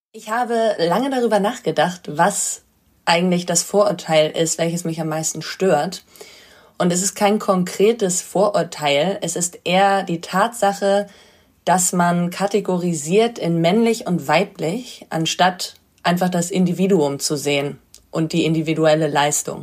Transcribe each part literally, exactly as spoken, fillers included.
Ich habe lange darüber nachgedacht, was eigentlich das Vorurteil ist, welches mich am meisten stört. Und es ist kein konkretes Vorurteil, es ist eher die Tatsache, dass man kategorisiert in männlich und weiblich, anstatt einfach das Individuum zu sehen und die individuelle Leistung.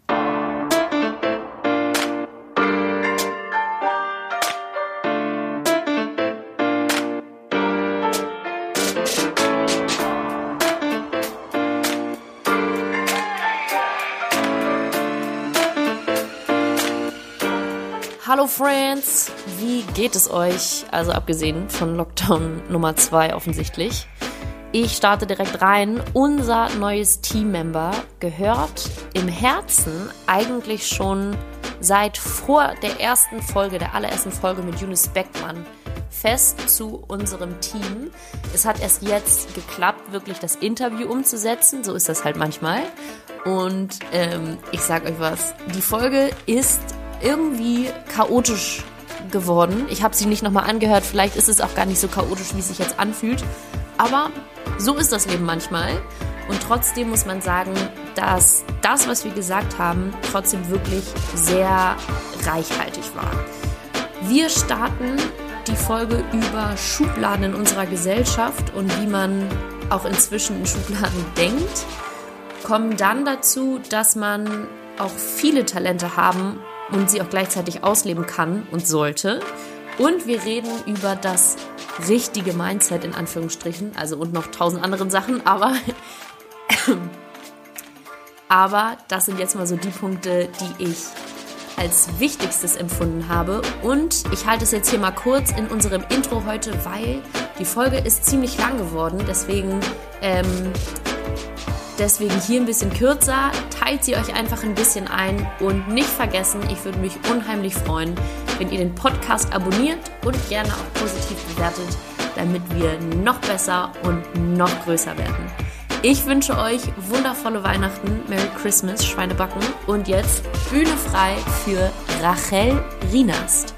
Hallo Friends, wie geht es euch? Also abgesehen von Lockdown Nummer zwei offensichtlich. Ich starte direkt rein. Unser neues Teammember gehört im Herzen eigentlich schon seit vor der ersten Folge, der allerersten Folge mit Younes Beckmann fest zu unserem Team. Es hat erst jetzt geklappt, wirklich das Interview umzusetzen. So ist das halt manchmal. Und ähm, ich sag euch was, die Folge ist irgendwie chaotisch geworden. Ich habe sie nicht nochmal angehört. Vielleicht ist es auch gar nicht so chaotisch, wie es sich jetzt anfühlt. Aber so ist das Leben manchmal. Und trotzdem muss man sagen, dass das, was wir gesagt haben, trotzdem wirklich sehr reichhaltig war. Wir starten die Folge über Schubladen in unserer Gesellschaft und wie man auch inzwischen in Schubladen denkt. Kommen dann dazu, dass man auch viele Talente haben und sie auch gleichzeitig ausleben kann und sollte. Und wir reden über das richtige Mindset in Anführungsstrichen, also und noch tausend anderen Sachen, aber, aber das sind jetzt mal so die Punkte, die ich als wichtigstes empfunden habe. Und ich halte es jetzt hier mal kurz in unserem Intro heute, weil die Folge ist ziemlich lang geworden, deswegen ähm, Deswegen hier ein bisschen kürzer, teilt sie euch einfach ein bisschen ein und nicht vergessen, ich würde mich unheimlich freuen, wenn ihr den Podcast abonniert und gerne auch positiv bewertet, damit wir noch besser und noch größer werden. Ich wünsche euch wundervolle Weihnachten, Merry Christmas, Schweinebacken und jetzt Bühne frei für Rachel Rienast.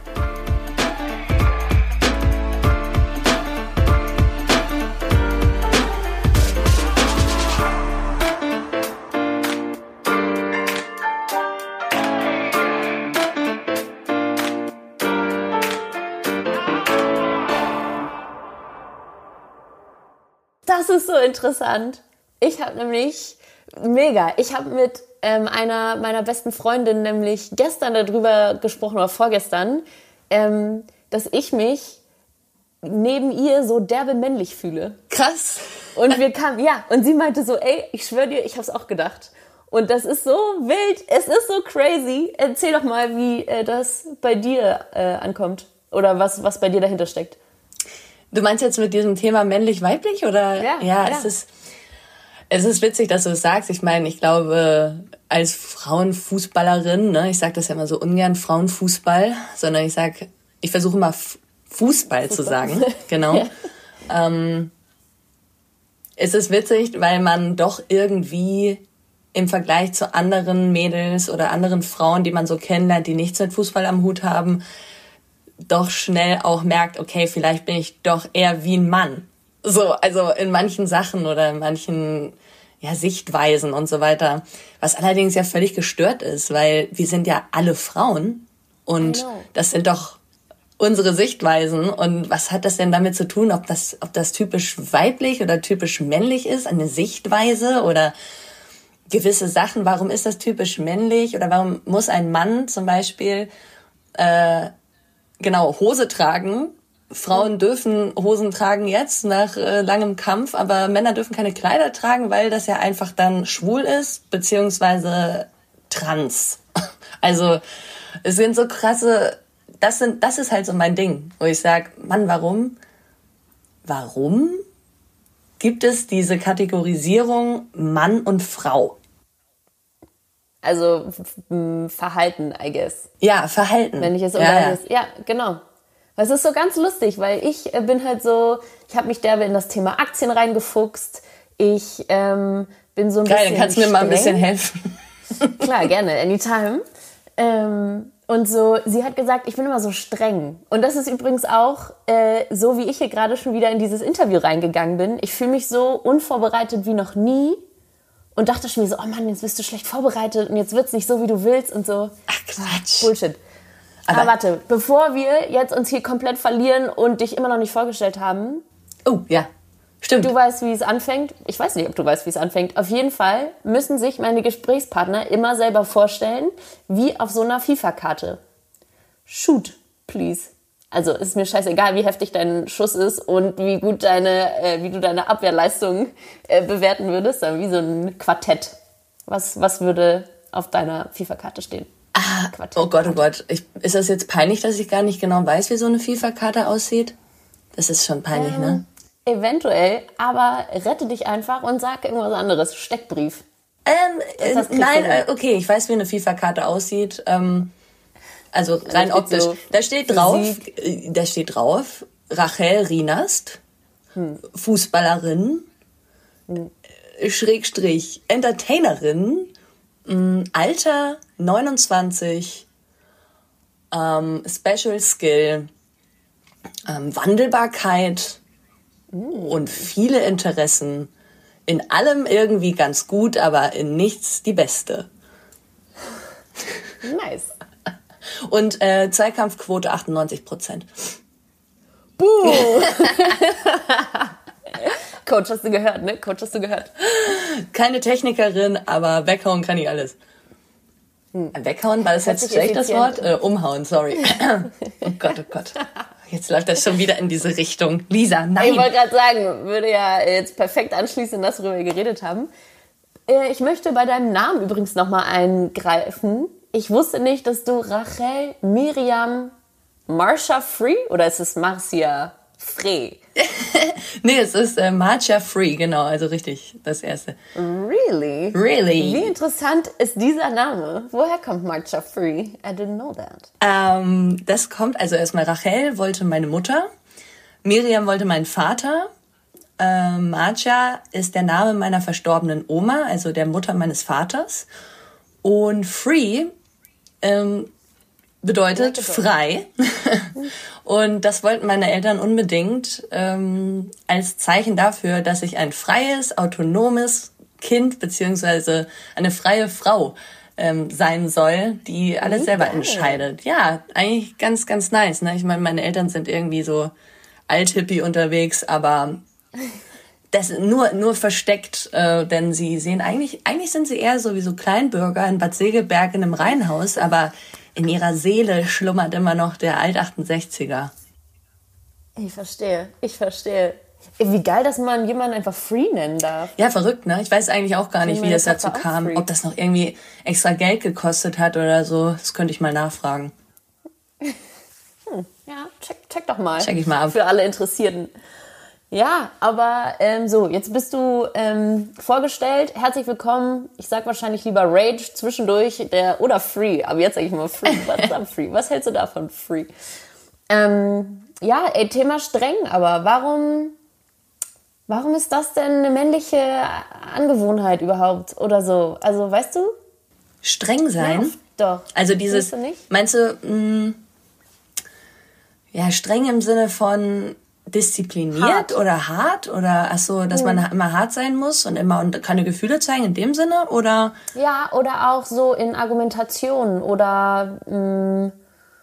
Das ist so interessant. Ich habe nämlich, mega, ich habe mit ähm, einer meiner besten Freundinnen nämlich gestern darüber gesprochen, oder vorgestern, ähm, dass ich mich neben ihr so derbe männlich fühle. Krass. Und wir kamen, ja, und sie meinte so, ey, ich schwöre dir, ich habe es auch gedacht. Und das ist so wild, es ist so crazy. Erzähl doch mal, wie äh, das bei dir äh, ankommt oder was, was bei dir dahinter steckt. Du meinst jetzt mit diesem Thema männlich-weiblich oder? Ja, ja, ja. es ist, es ist witzig, dass du es sagst. Ich meine, ich glaube, als Frauenfußballerin, ne, ich sage das ja immer so ungern Frauenfußball, sondern ich sag, ich versuche mal F- Fußball, Fußball zu sagen. Genau. Ja. Ähm, es ist witzig, weil man doch irgendwie im Vergleich zu anderen Mädels oder anderen Frauen, die man so kennenlernt, die nichts mit Fußball am Hut haben, doch schnell auch merkt, okay, vielleicht bin ich doch eher wie ein Mann. So, also in manchen Sachen oder in manchen ja, Sichtweisen und so weiter. Was allerdings ja völlig gestört ist, weil wir sind ja alle Frauen und das sind doch unsere Sichtweisen. Und was hat das denn damit zu tun, ob das, ob das typisch weiblich oder typisch männlich ist, eine Sichtweise oder gewisse Sachen? Warum ist das typisch männlich oder warum muss ein Mann zum Beispiel äh, genau, Hose tragen. Frauen dürfen Hosen tragen jetzt nach äh, langem Kampf, aber Männer dürfen keine Kleider tragen, weil das ja einfach dann schwul ist, beziehungsweise trans. Also es sind so krasse, das sind, das ist halt so mein Ding, wo ich sage, Mann, warum, warum gibt es diese Kategorisierung Mann und Frau? Also f- Verhalten, I guess. Ja, Verhalten. Wenn ich es ja, ja. ja, genau. Es ist so ganz lustig, weil ich bin halt so, ich habe mich derbe in das Thema Aktien reingefuchst. Ich ähm, bin so ein Geil, bisschen dann kannst du mir mal ein bisschen helfen. Klar, gerne, anytime. Ähm, Und so, sie hat gesagt, ich bin immer so streng. Und das ist übrigens auch äh, so, wie ich hier gerade schon wieder in dieses Interview reingegangen bin. Ich fühle mich so unvorbereitet wie noch nie und dachte schon mir so, oh Mann, jetzt bist du schlecht vorbereitet und jetzt wird's nicht so, wie du willst und so. Ach, Quatsch. Bullshit. Aber, Aber warte, bevor wir jetzt uns hier komplett verlieren und dich immer noch nicht vorgestellt haben. Oh, ja. Stimmt. Du weißt, wie es anfängt. Ich weiß nicht, ob du weißt, wie es anfängt. Auf jeden Fall müssen sich meine Gesprächspartner immer selber vorstellen, wie auf so einer FIFA-Karte. Shoot, please. Also ist mir scheißegal, wie heftig dein Schuss ist und wie gut deine, äh, wie du deine Abwehrleistung äh, bewerten würdest. Wie so ein Quartett. Was, was würde auf deiner FIFA-Karte stehen? Ah, Quartett. Oh Gott, oh Gott. Ich, ist das jetzt peinlich, dass ich gar nicht genau weiß, wie so eine FIFA-Karte aussieht? Das ist schon peinlich, ähm. ne? Eventuell, aber rette dich einfach und sag irgendwas anderes. Steckbrief. Ähm, äh, nein, äh, okay, ich weiß, wie eine FIFA-Karte aussieht. Ähm, also rein optisch. So da steht drauf, äh, da steht drauf, Rachel Rienast, hm. Fußballerin, hm. Schrägstrich, Entertainerin, mh, Alter neunundzwanzig, ähm, Special Skill, ähm, Wandelbarkeit, und viele Interessen. In allem irgendwie ganz gut, aber in nichts die Beste. Nice. Und äh, Zweikampfquote achtundneunzig Prozent. Buh! Coach, hast du gehört, ne? Coach, hast du gehört. Keine Technikerin, aber weghauen kann ich alles. Hm. Weghauen, war das jetzt schlecht, das Wort? Äh, umhauen, sorry. Oh Gott, oh Gott. Jetzt läuft das schon wieder in diese Richtung. Lisa, nein. Ich wollte gerade sagen, würde ja jetzt perfekt anschließen, dass worüber wir geredet haben. Ich möchte bei deinem Namen übrigens nochmal eingreifen. Ich wusste nicht, dass du Rachel Miriam Marcia Free oder ist es Marcia Frey? Nee, es ist äh, Marcia Free, genau, also richtig, das erste. Really? Really? Wie interessant ist dieser Name? Woher kommt Marcia Free? I didn't know that. Ähm, das kommt, also erstmal Rachel wollte meine Mutter, Miriam wollte meinen Vater, ähm, Marcia ist der Name meiner verstorbenen Oma, also der Mutter meines Vaters, und Free ähm, bedeutet frei. Und das wollten meine Eltern unbedingt ähm, als Zeichen dafür, dass ich ein freies, autonomes Kind beziehungsweise eine freie Frau ähm, sein soll, die alles selber entscheidet. Ja, eigentlich ganz, ganz nice. Ne? Ich meine, meine Eltern sind irgendwie so alt-hippie unterwegs, aber das nur nur versteckt, äh, denn sie sehen eigentlich, eigentlich sind sie eher so wie so Kleinbürger in Bad Segeberg in einem Reihenhaus, aber in ihrer Seele schlummert immer noch der Alt-achtundsechziger. Ich verstehe, ich verstehe. Wie geil, dass man jemanden einfach Free nennen darf. Ja, verrückt, ne? Ich weiß eigentlich auch gar nicht, wie es dazu kam. Free. Ob das noch irgendwie extra Geld gekostet hat oder so. Das könnte ich mal nachfragen. Hm, ja, check, check doch mal. Check ich mal ab. Für alle Interessierten. Ja, aber ähm, so, jetzt bist du ähm, vorgestellt. Herzlich willkommen. Ich sag wahrscheinlich lieber Rage zwischendurch der oder Free. Aber jetzt sag ich mal Free. What's up, Free? Was hältst du davon, Free? Ähm, ja, ey, Thema streng, aber warum, warum ist das denn eine männliche Angewohnheit überhaupt oder so? Also, weißt du? Streng sein? Ja, doch. Also dieses, du nicht? meinst du, mh, ja, streng im Sinne von diszipliniert hart. Oder hart oder ach so, dass hm. man immer hart sein muss und immer und keine Gefühle zeigen in dem Sinne oder ja, oder auch so in Argumentation oder mh,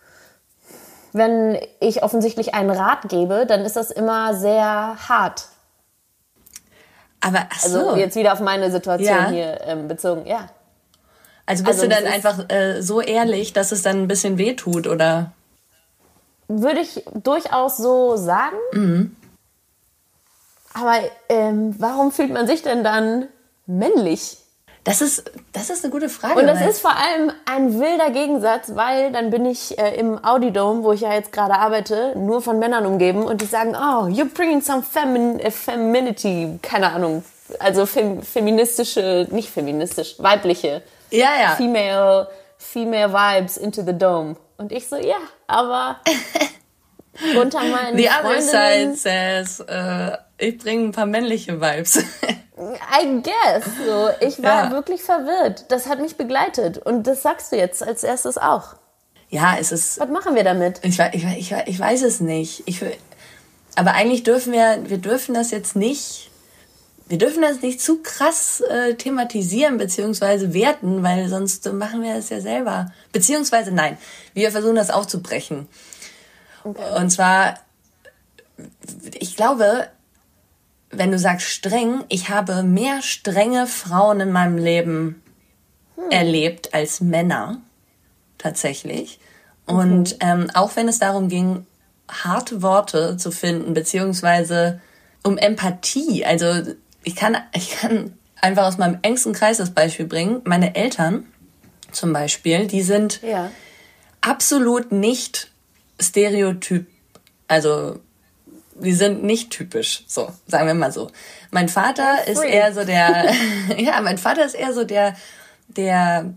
wenn ich offensichtlich einen Rat gebe, dann ist das immer sehr hart. Aber ach so. Also jetzt wieder auf meine Situation ja. hier ähm, bezogen, ja. Also bist also du dann einfach äh, so ehrlich, dass es dann ein bisschen wehtut oder? Würde ich durchaus so sagen. Mhm. Aber ähm, warum fühlt man sich denn dann männlich? Das ist, das ist eine gute Frage. Und das ist vor allem ein wilder Gegensatz, weil dann bin ich äh, im Audidome, wo ich ja jetzt gerade arbeite, nur von Männern umgeben und die sagen, oh, you're bringing some femin- uh, femininity, keine Ahnung, also fem- feministische, nicht feministisch, weibliche, ja, ja. female, female vibes into the dome. Und ich so, ja, aber unter meinen The other Freundinnen... side says, uh, ich bringe ein paar männliche Vibes. I guess. So, ich war ja. wirklich verwirrt. Das hat mich begleitet. Und das sagst du jetzt als erstes auch. ja, es ist... Was machen wir damit? Ich, ich, ich, ich weiß es nicht. Ich, aber eigentlich dürfen wir, wir dürfen das jetzt nicht, wir dürfen das nicht zu krass äh, thematisieren beziehungsweise werten, weil sonst machen wir das ja selber. Beziehungsweise nein, wir versuchen das aufzubrechen. Okay. Und zwar, ich glaube, wenn du sagst streng, ich habe mehr strenge Frauen in meinem Leben hm. erlebt als Männer. Tatsächlich. Und mhm. ähm, auch wenn es darum ging, harte Worte zu finden, beziehungsweise um Empathie. Also ich kann, ich kann einfach aus meinem engsten Kreis das Beispiel bringen. Meine Eltern zum Beispiel, die sind ja. absolut nicht stereotyp. Also die sind nicht typisch, so, sagen wir mal so. Mein Vater ist eher so der, ja, mein Vater ist eher so der, der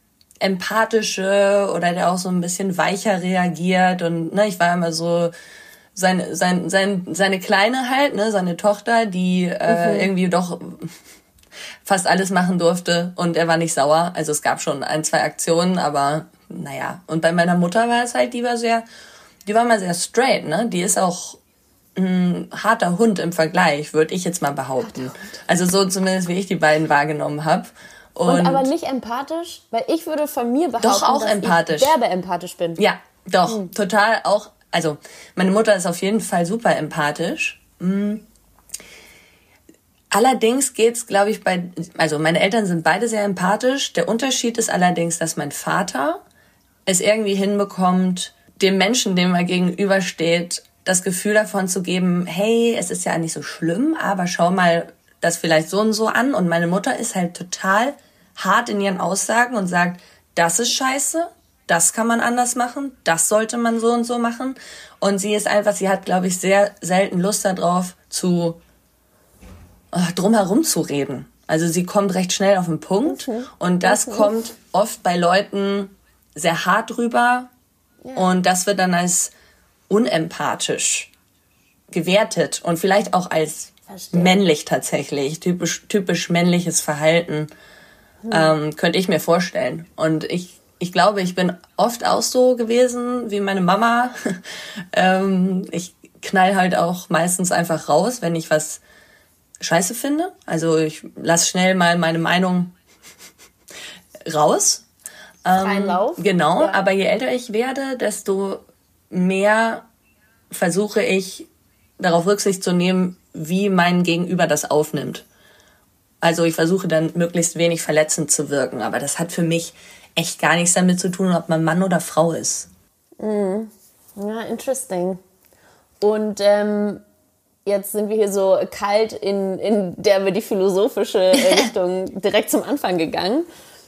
empathische oder der auch so ein bisschen weicher reagiert und ne, ich war immer so seine sein, sein, seine Kleine halt, ne, seine Tochter, die äh, mhm. irgendwie doch fast alles machen durfte und er war nicht sauer. Also es gab schon ein, zwei Aktionen, aber naja. Und bei meiner Mutter war es halt, die war sehr, die war mal sehr straight, ne, die ist auch ein harter Hund im Vergleich, würde ich jetzt mal behaupten. Also so zumindest, wie ich die beiden wahrgenommen habe. Und, und aber nicht empathisch? Weil ich würde von mir behaupten, doch auch dass empathisch. ich derbe empathisch bin. Ja, doch, hm. total auch. Also meine Mutter ist auf jeden Fall super empathisch. Mhm. Allerdings geht's, glaube ich, bei, also meine Eltern sind beide sehr empathisch. Der Unterschied ist allerdings, dass mein Vater es irgendwie hinbekommt, dem Menschen, dem er gegenübersteht, das Gefühl davon zu geben, hey, es ist ja nicht so schlimm, aber schau mal das vielleicht so und so an. Und meine Mutter ist halt total hart in ihren Aussagen und sagt, das ist scheiße, das kann man anders machen, das sollte man so und so machen. Und sie ist einfach, sie hat, glaube ich, sehr selten Lust darauf, zu oh, drumherum zu reden. Also sie kommt recht schnell auf den Punkt. Mhm. Und das mhm. kommt oft bei Leuten sehr hart rüber. Ja. Und das wird dann als unempathisch gewertet und vielleicht auch als Verstehe. männlich tatsächlich, typisch typisch männliches Verhalten, hm. ähm, könnte ich mir vorstellen. Und ich ich glaube, ich bin oft auch so gewesen wie meine Mama. ähm, ich knall halt auch meistens einfach raus, wenn ich was scheiße finde. Also ich lasse schnell mal meine Meinung raus. Freien Lauf. Genau, ja. aber je älter ich werde, desto mehr versuche ich darauf Rücksicht zu nehmen, wie mein Gegenüber das aufnimmt. Also ich versuche dann möglichst wenig verletzend zu wirken, aber das hat für mich echt gar nichts damit zu tun, ob man Mann oder Frau ist. Mm. Ja, interesting. Und ähm, jetzt sind wir hier so kalt, in, in der wir die philosophische Richtung direkt zum Anfang gegangen.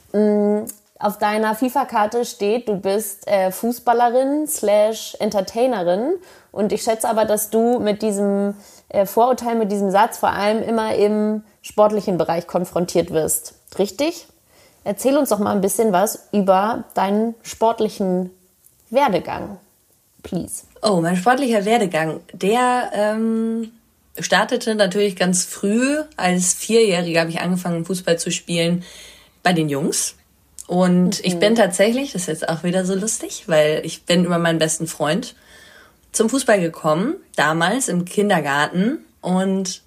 Mm. Auf deiner FIFA-Karte steht, du bist äh, Fußballerin slash Entertainerin und ich schätze aber, dass du mit diesem äh, Vorurteil, mit diesem Satz vor allem immer im sportlichen Bereich konfrontiert wirst. Richtig? Erzähl uns doch mal ein bisschen was über deinen sportlichen Werdegang, please. Oh, mein sportlicher Werdegang, der ähm, startete natürlich ganz früh. Als Vierjährige habe ich angefangen, Fußball zu spielen bei den Jungs. Und mhm. ich bin tatsächlich, das ist jetzt auch wieder so lustig, weil ich bin über meinen besten Freund zum Fußball gekommen, damals im Kindergarten. Und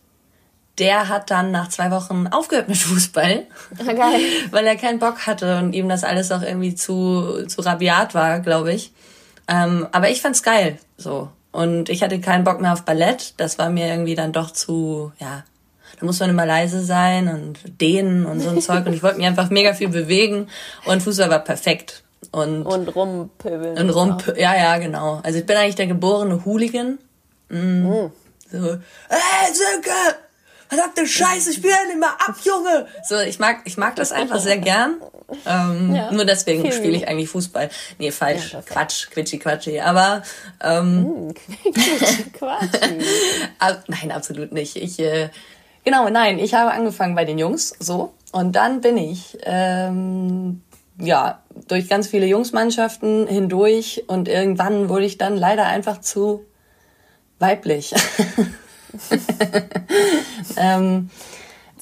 der hat dann nach zwei Wochen aufgehört mit Fußball, ah, geil. weil er keinen Bock hatte und ihm das alles auch irgendwie zu, zu rabiat war, glaube ich. Ähm, aber ich fand's geil, so. Und ich hatte keinen Bock mehr auf Ballett. Das war mir irgendwie dann doch zu, ja... Da muss man immer leise sein und dehnen und so ein Zeug. Und ich wollte mich einfach mega viel bewegen. Und Fußball war perfekt. Und, und rumpöbeln. Und rump- ja, ja, genau. Also ich bin eigentlich der geborene Hooligan. Mm. Mm. So, ey, Sönke, verdammte Scheiße, spiel nicht mal ab, Junge. So, ich mag, ich mag das einfach sehr gern. Ähm, ja, nur deswegen spiele ich eigentlich Fußball. Nee, falsch. Ja, Quatsch, quitschi, quatschi. Aber, ähm, mm, quitschi, quatschi. ab, nein, absolut nicht. Ich, äh, Genau, nein, ich habe angefangen bei den Jungs, so. Und dann bin ich, ähm, ja, durch ganz viele Jungsmannschaften hindurch und irgendwann wurde ich dann leider einfach zu weiblich. ähm,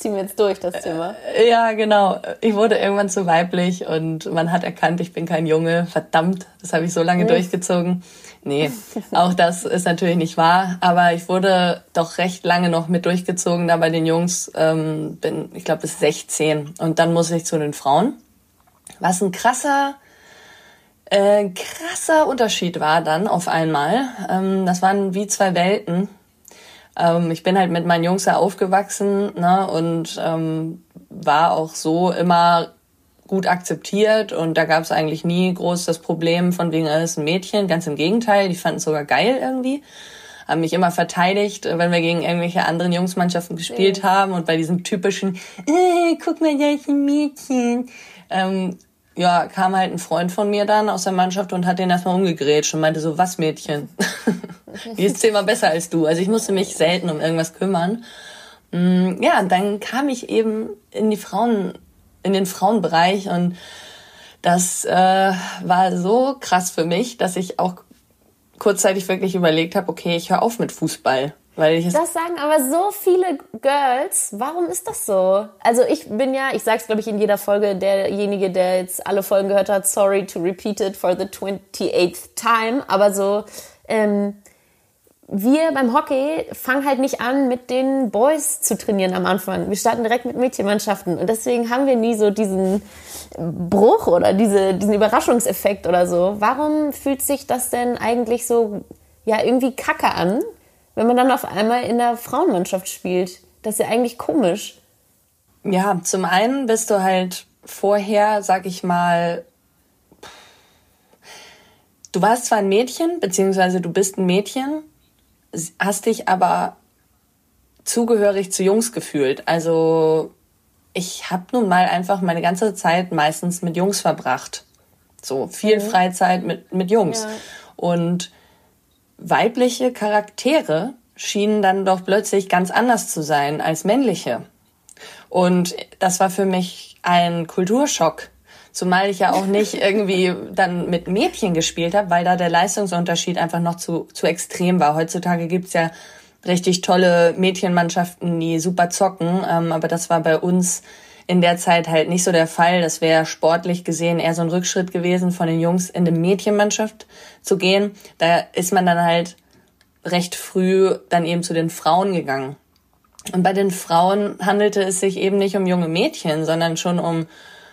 ziehen wir jetzt durch, das Thema. Ja, genau. Ich wurde irgendwann zu weiblich und man hat erkannt, ich bin kein Junge. Verdammt, das habe ich so lange nee. durchgezogen. Nee, auch das ist natürlich nicht wahr. Aber ich wurde doch recht lange noch mit durchgezogen da bei den Jungs. Ähm, bin, ich glaube, bis sechzehn. Und dann muss ich zu den Frauen. Was ein krasser, äh, krasser Unterschied war dann auf einmal. Ähm, das waren wie zwei Welten. Ähm, ich bin halt mit meinen Jungs ja aufgewachsen, ne, und ähm, war auch so immer gut akzeptiert und da gab es eigentlich nie groß das Problem von wegen, er ist ein Mädchen. Ganz im Gegenteil, die fanden es sogar geil irgendwie. Haben mich immer verteidigt, wenn wir gegen irgendwelche anderen Jungsmannschaften gespielt ja. haben und bei diesem typischen, äh, guck mal, da ist ein Mädchen, ähm, ja, kam halt ein Freund von mir dann aus der Mannschaft und hat den erstmal umgegrätscht und meinte so, was Mädchen? Die ist zehnmal besser als du. Also ich musste mich selten um irgendwas kümmern. Ja, und dann kam ich eben in die Frauen, in den Frauenbereich und das äh, war so krass für mich, dass ich auch kurzzeitig wirklich überlegt habe, okay, ich höre auf mit Fußball. Weil ich es das sagen aber so viele Girls. Warum ist das so? Also ich bin ja, ich sag's glaube ich in jeder Folge, derjenige, der jetzt alle Folgen gehört hat, sorry to repeat it for the twenty-eighth time, aber so, ähm, wir beim Hockey fangen halt nicht an, mit den Boys zu trainieren am Anfang. Wir starten direkt mit Mädchenmannschaften und deswegen haben wir nie so diesen Bruch oder diese, diesen Überraschungseffekt oder so. Warum fühlt sich das denn eigentlich so, ja, irgendwie kacke an, wenn man dann auf einmal in der Frauenmannschaft spielt? Das ist ja eigentlich komisch. Ja, zum einen bist du halt vorher, sag ich mal, du warst zwar ein Mädchen, beziehungsweise du bist ein Mädchen, hast dich aber zugehörig zu Jungs gefühlt. Also ich habe nun mal einfach meine ganze Zeit meistens mit Jungs verbracht. So viel mhm. Freizeit mit, mit Jungs. Ja. Und weibliche Charaktere schienen dann doch plötzlich ganz anders zu sein als männliche. Und das war für mich ein Kulturschock. Zumal ich ja auch nicht irgendwie dann mit Mädchen gespielt habe, weil da der Leistungsunterschied einfach noch zu, zu extrem war. Heutzutage gibt's ja richtig tolle Mädchenmannschaften, die super zocken. Ähm, aber das war bei uns in der Zeit halt nicht so der Fall. Das wäre sportlich gesehen eher so ein Rückschritt gewesen, von den Jungs in eine Mädchenmannschaft zu gehen. Da ist man dann halt recht früh dann eben zu den Frauen gegangen. Und bei den Frauen handelte es sich eben nicht um junge Mädchen, sondern schon um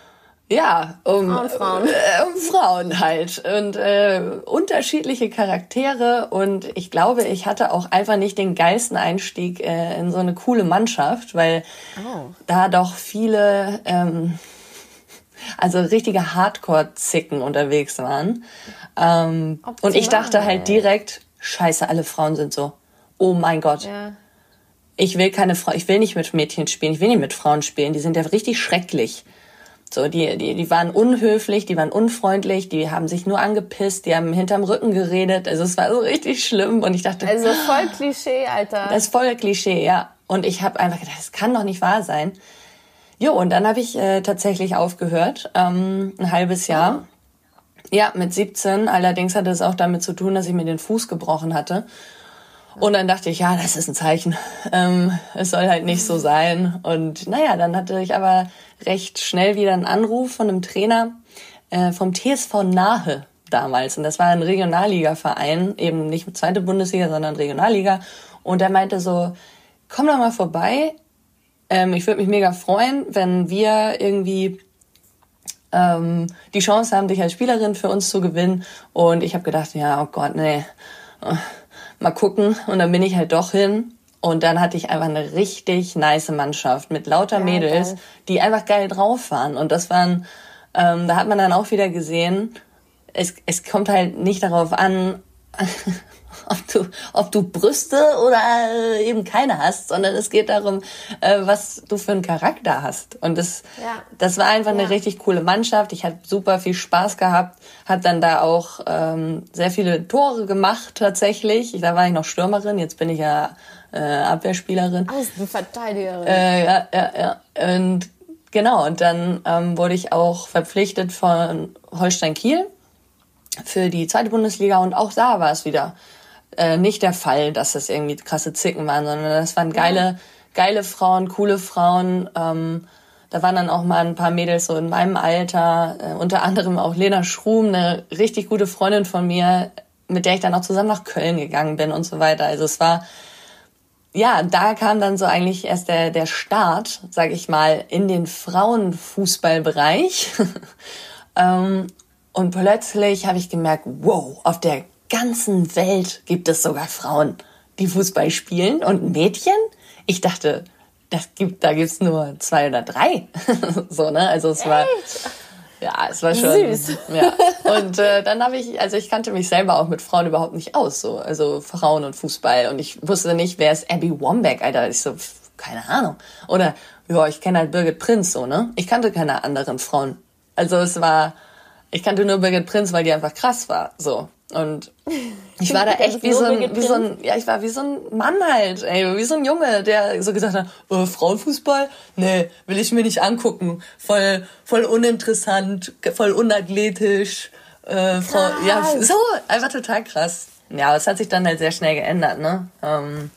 Ja, um Frauen, Frauen. Äh, um Frauen halt und äh, unterschiedliche Charaktere und ich glaube, ich hatte auch einfach nicht den geilsten Einstieg äh, in so eine coole Mannschaft, weil oh. da doch viele, ähm, also richtige Hardcore-Zicken unterwegs waren. Ähm, und ich dachte halt direkt, scheiße, alle Frauen sind so. Oh mein Gott. Ja. Ich will keine Frau, ich will nicht mit Mädchen spielen, ich will nicht mit Frauen spielen, die sind ja richtig schrecklich. So, die, die, die waren unhöflich, die waren unfreundlich, die haben sich nur angepisst, die haben hinterm Rücken geredet. Also es war so richtig schlimm und ich dachte... Also voll Klischee, Alter. Das ist voll Klischee, ja. Und ich habe einfach gedacht, das kann doch nicht wahr sein. Jo, und dann habe ich äh, tatsächlich aufgehört, ähm, ein halbes Jahr. Ja, mit siebzehn. Allerdings hatte es auch damit zu tun, dass ich mir den Fuß gebrochen hatte. Und dann dachte ich, ja, das ist ein Zeichen. Ähm, es soll halt nicht so sein. Und naja, dann hatte ich aber recht schnell wieder einen Anruf von einem Trainer äh, vom T S V Nahe damals. Und das war ein Regionalliga-Verein, eben nicht zweite Bundesliga, sondern Regionalliga. Und der meinte so, komm doch mal vorbei. Ähm, ich würde mich mega freuen, wenn wir irgendwie ähm, die Chance haben, dich als Spielerin für uns zu gewinnen. Und ich habe gedacht, ja, oh Gott, nee, mal gucken. Und dann bin ich halt doch hin. Und dann hatte ich einfach eine richtig nice Mannschaft mit lauter ja, Mädels, geil. Die einfach geil drauf waren. Und das waren, ähm, da hat man dann auch wieder gesehen, es, es kommt halt nicht darauf an, ob du, ob du Brüste oder äh, eben keine hast, sondern es geht darum, äh, was du für einen Charakter hast. Und das, ja. das war einfach ja. eine richtig coole Mannschaft. Ich hatte super viel Spaß gehabt, habe dann da auch ähm, sehr viele Tore gemacht tatsächlich. Da war ich noch Stürmerin, jetzt bin ich ja äh, Abwehrspielerin. Außenverteidigerin. Äh, ja, ja, ja. Und genau, und dann ähm, wurde ich auch verpflichtet von Holstein Kiel für die zweite Bundesliga und auch da war es wieder äh, nicht der Fall, dass das irgendwie krasse Zicken waren, sondern das waren geile, geile Frauen, coole Frauen. Ähm, da waren dann auch mal ein paar Mädels so in meinem Alter, äh, unter anderem auch Lena Schrum, eine richtig gute Freundin von mir, mit der ich dann auch zusammen nach Köln gegangen bin und so weiter. Also es war, ja, da kam dann so eigentlich erst der, der Start, sag ich mal, in den Frauenfußballbereich. ähm, und plötzlich habe ich gemerkt, wow, auf der ganzen Welt gibt es sogar Frauen, die Fußball spielen und Mädchen. Ich dachte, das gibt, da gibt's nur zwei oder drei. so, ne? Also es war, ja, es war schon süß. Ja. Und äh, dann habe ich, also ich kannte mich selber auch mit Frauen überhaupt nicht aus, so, also Frauen und Fußball. Und ich wusste nicht, wer ist Abby Wambach, Alter. Ich so, pf, keine Ahnung. Oder ja, ich kenne halt Birgit Prinz, so, ne? Ich kannte keine anderen Frauen. Also es war, ich kannte nur Birgit Prinz, weil die einfach krass war, so. Und ich war da echt wie so ein, wie so ein, ja, ich war wie so ein Mann halt, ey, wie so ein Junge, der so gesagt hat, äh, Frauenfußball? Nee, will ich mir nicht angucken. Voll, voll uninteressant, voll unathletisch, äh, Frau, ja, so, einfach total krass. Ja, aber es hat sich dann halt sehr schnell geändert, ne? Ähm,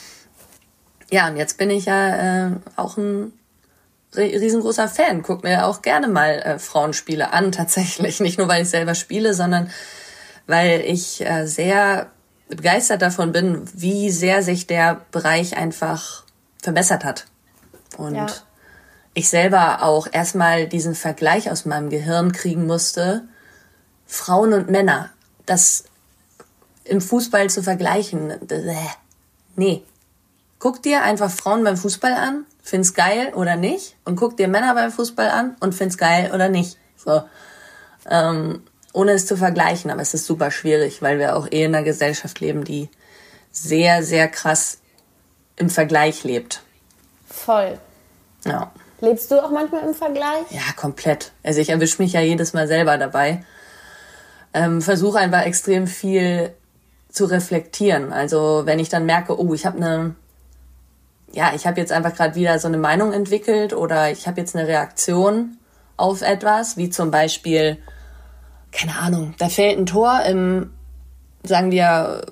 ja, und jetzt bin ich ja äh, auch ein riesengroßer Fan, guck mir auch gerne mal äh, Frauenspiele an, tatsächlich. Nicht nur, weil ich selber spiele, sondern weil ich äh, sehr begeistert davon bin, wie sehr sich der Bereich einfach verbessert hat. Und ja. ich selber auch erstmal diesen Vergleich aus meinem Gehirn kriegen musste, Frauen und Männer, das im Fußball zu vergleichen, nee. Guck dir einfach Frauen beim Fußball an, find's geil oder nicht, und guck dir Männer beim Fußball an und find's geil oder nicht. So, ähm, ohne es zu vergleichen, aber es ist super schwierig, weil wir auch eh in einer Gesellschaft leben, die sehr, sehr krass im Vergleich lebt. Voll. Ja. Lebst du auch manchmal im Vergleich? Ja, komplett. Also ich erwische mich ja jedes Mal selber dabei. Ähm, versuche einfach extrem viel zu reflektieren. Also wenn ich dann merke, oh, ich habe eine, ja, ich habe jetzt einfach gerade wieder so eine Meinung entwickelt oder ich habe jetzt eine Reaktion auf etwas, wie zum Beispiel, keine Ahnung, da fällt ein Tor im, sagen wir,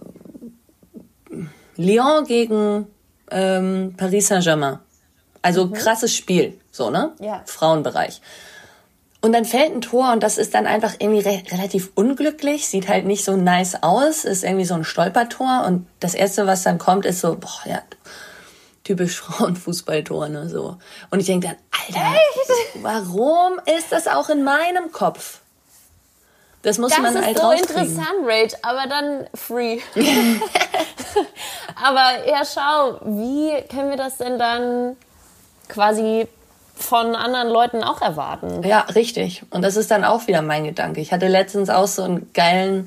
Lyon gegen ähm, Paris Saint-Germain. Also mhm. krasses Spiel, so, ne? Ja. Frauenbereich. Und dann fällt ein Tor und das ist dann einfach irgendwie re- relativ unglücklich, sieht halt nicht so nice aus, ist irgendwie so ein Stolpertor und das Erste, was dann kommt, ist so, boah, ja, typisch Frauenfußballtor, ne, so. Und ich denke dann, Alter, echt? Warum ist das auch in meinem Kopf? Das muss das man halt rauskriegen. Das ist so interessant, Rage, aber dann free. Aber ja, schau, wie können wir das denn dann quasi von anderen Leuten auch erwarten? Ja, richtig. Und das ist dann auch wieder mein Gedanke. Ich hatte letztens auch so einen geilen,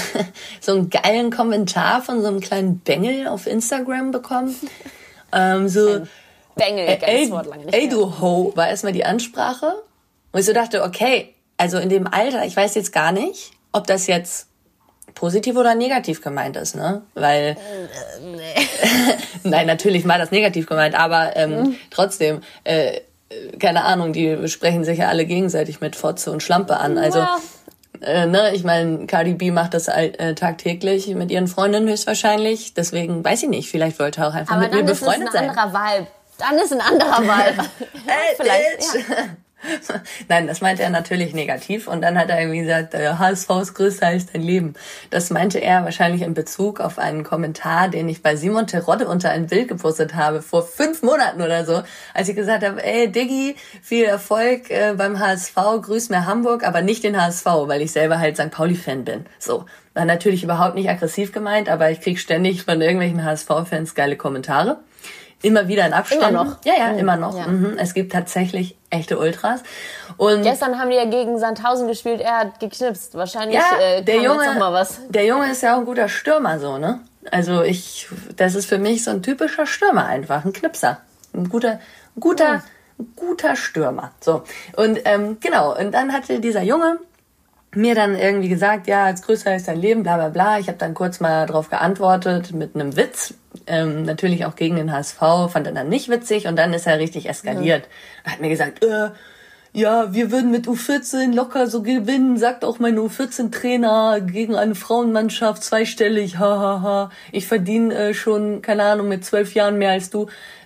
so einen geilen Kommentar von so einem kleinen Bengel auf Instagram bekommen. ähm, so, Bengel, geiles Wort, lange nicht ey, du Ho, war erstmal die Ansprache. Und ich so dachte, okay, also in dem Alter, ich weiß jetzt gar nicht, ob das jetzt positiv oder negativ gemeint ist, ne? Weil, nee. Nein, natürlich war das negativ gemeint, aber ähm, mhm. trotzdem, äh, keine Ahnung, die sprechen sich ja alle gegenseitig mit Fotze und Schlampe an. Also, ja. äh, ne, ich meine, Cardi B macht das äh, tagtäglich mit ihren Freundinnen höchstwahrscheinlich. Deswegen weiß ich nicht, vielleicht wollte er auch einfach aber mit mir befreundet sein. Aber dann ist ein anderer Vibe. Dann ist ein anderer Vibe. Hey, vielleicht, ja. Nein, das meinte er natürlich negativ und dann hat er irgendwie gesagt, H S V ist größer als dein Leben. Das meinte er wahrscheinlich in Bezug auf einen Kommentar, den ich bei Simon Terodde unter ein Bild gepostet habe, vor fünf Monaten oder so, als ich gesagt habe, ey Diggi, viel Erfolg äh, beim H S V, grüß mir Hamburg, aber nicht den H S V, weil ich selber halt Sankt Pauli-Fan bin. So, war natürlich überhaupt nicht aggressiv gemeint, aber ich krieg ständig von irgendwelchen H S V-Fans geile Kommentare. Immer wieder in Abständen. Immer noch? Ja, ja, immer noch. Ja. Mhm. Es gibt tatsächlich echte Ultras. Und gestern haben die ja gegen Sandhausen gespielt, er hat geknipst. Wahrscheinlich ja, äh, der kam Junge, jetzt noch mal was. Der Junge ist ja auch ein guter Stürmer, so, ne? Also ich, das ist für mich so ein typischer Stürmer einfach, ein Knipser. Ein guter, ein guter, mhm. ein guter Stürmer. So. Und ähm, genau, und dann hatte dieser Junge mir dann irgendwie gesagt, ja, als größer ist dein Leben, bla bla bla. Ich habe dann kurz mal drauf geantwortet mit einem Witz. Ähm, natürlich auch gegen den H S V, fand er dann nicht witzig und dann ist er richtig eskaliert. Ja. Er hat mir gesagt, äh, ja, wir würden mit U vierzehn locker so gewinnen, sagt auch mein U vierzehn Trainer gegen eine Frauenmannschaft zweistellig, hahaha. Ich verdiene äh, schon, keine Ahnung, mit zwölf Jahren mehr als du.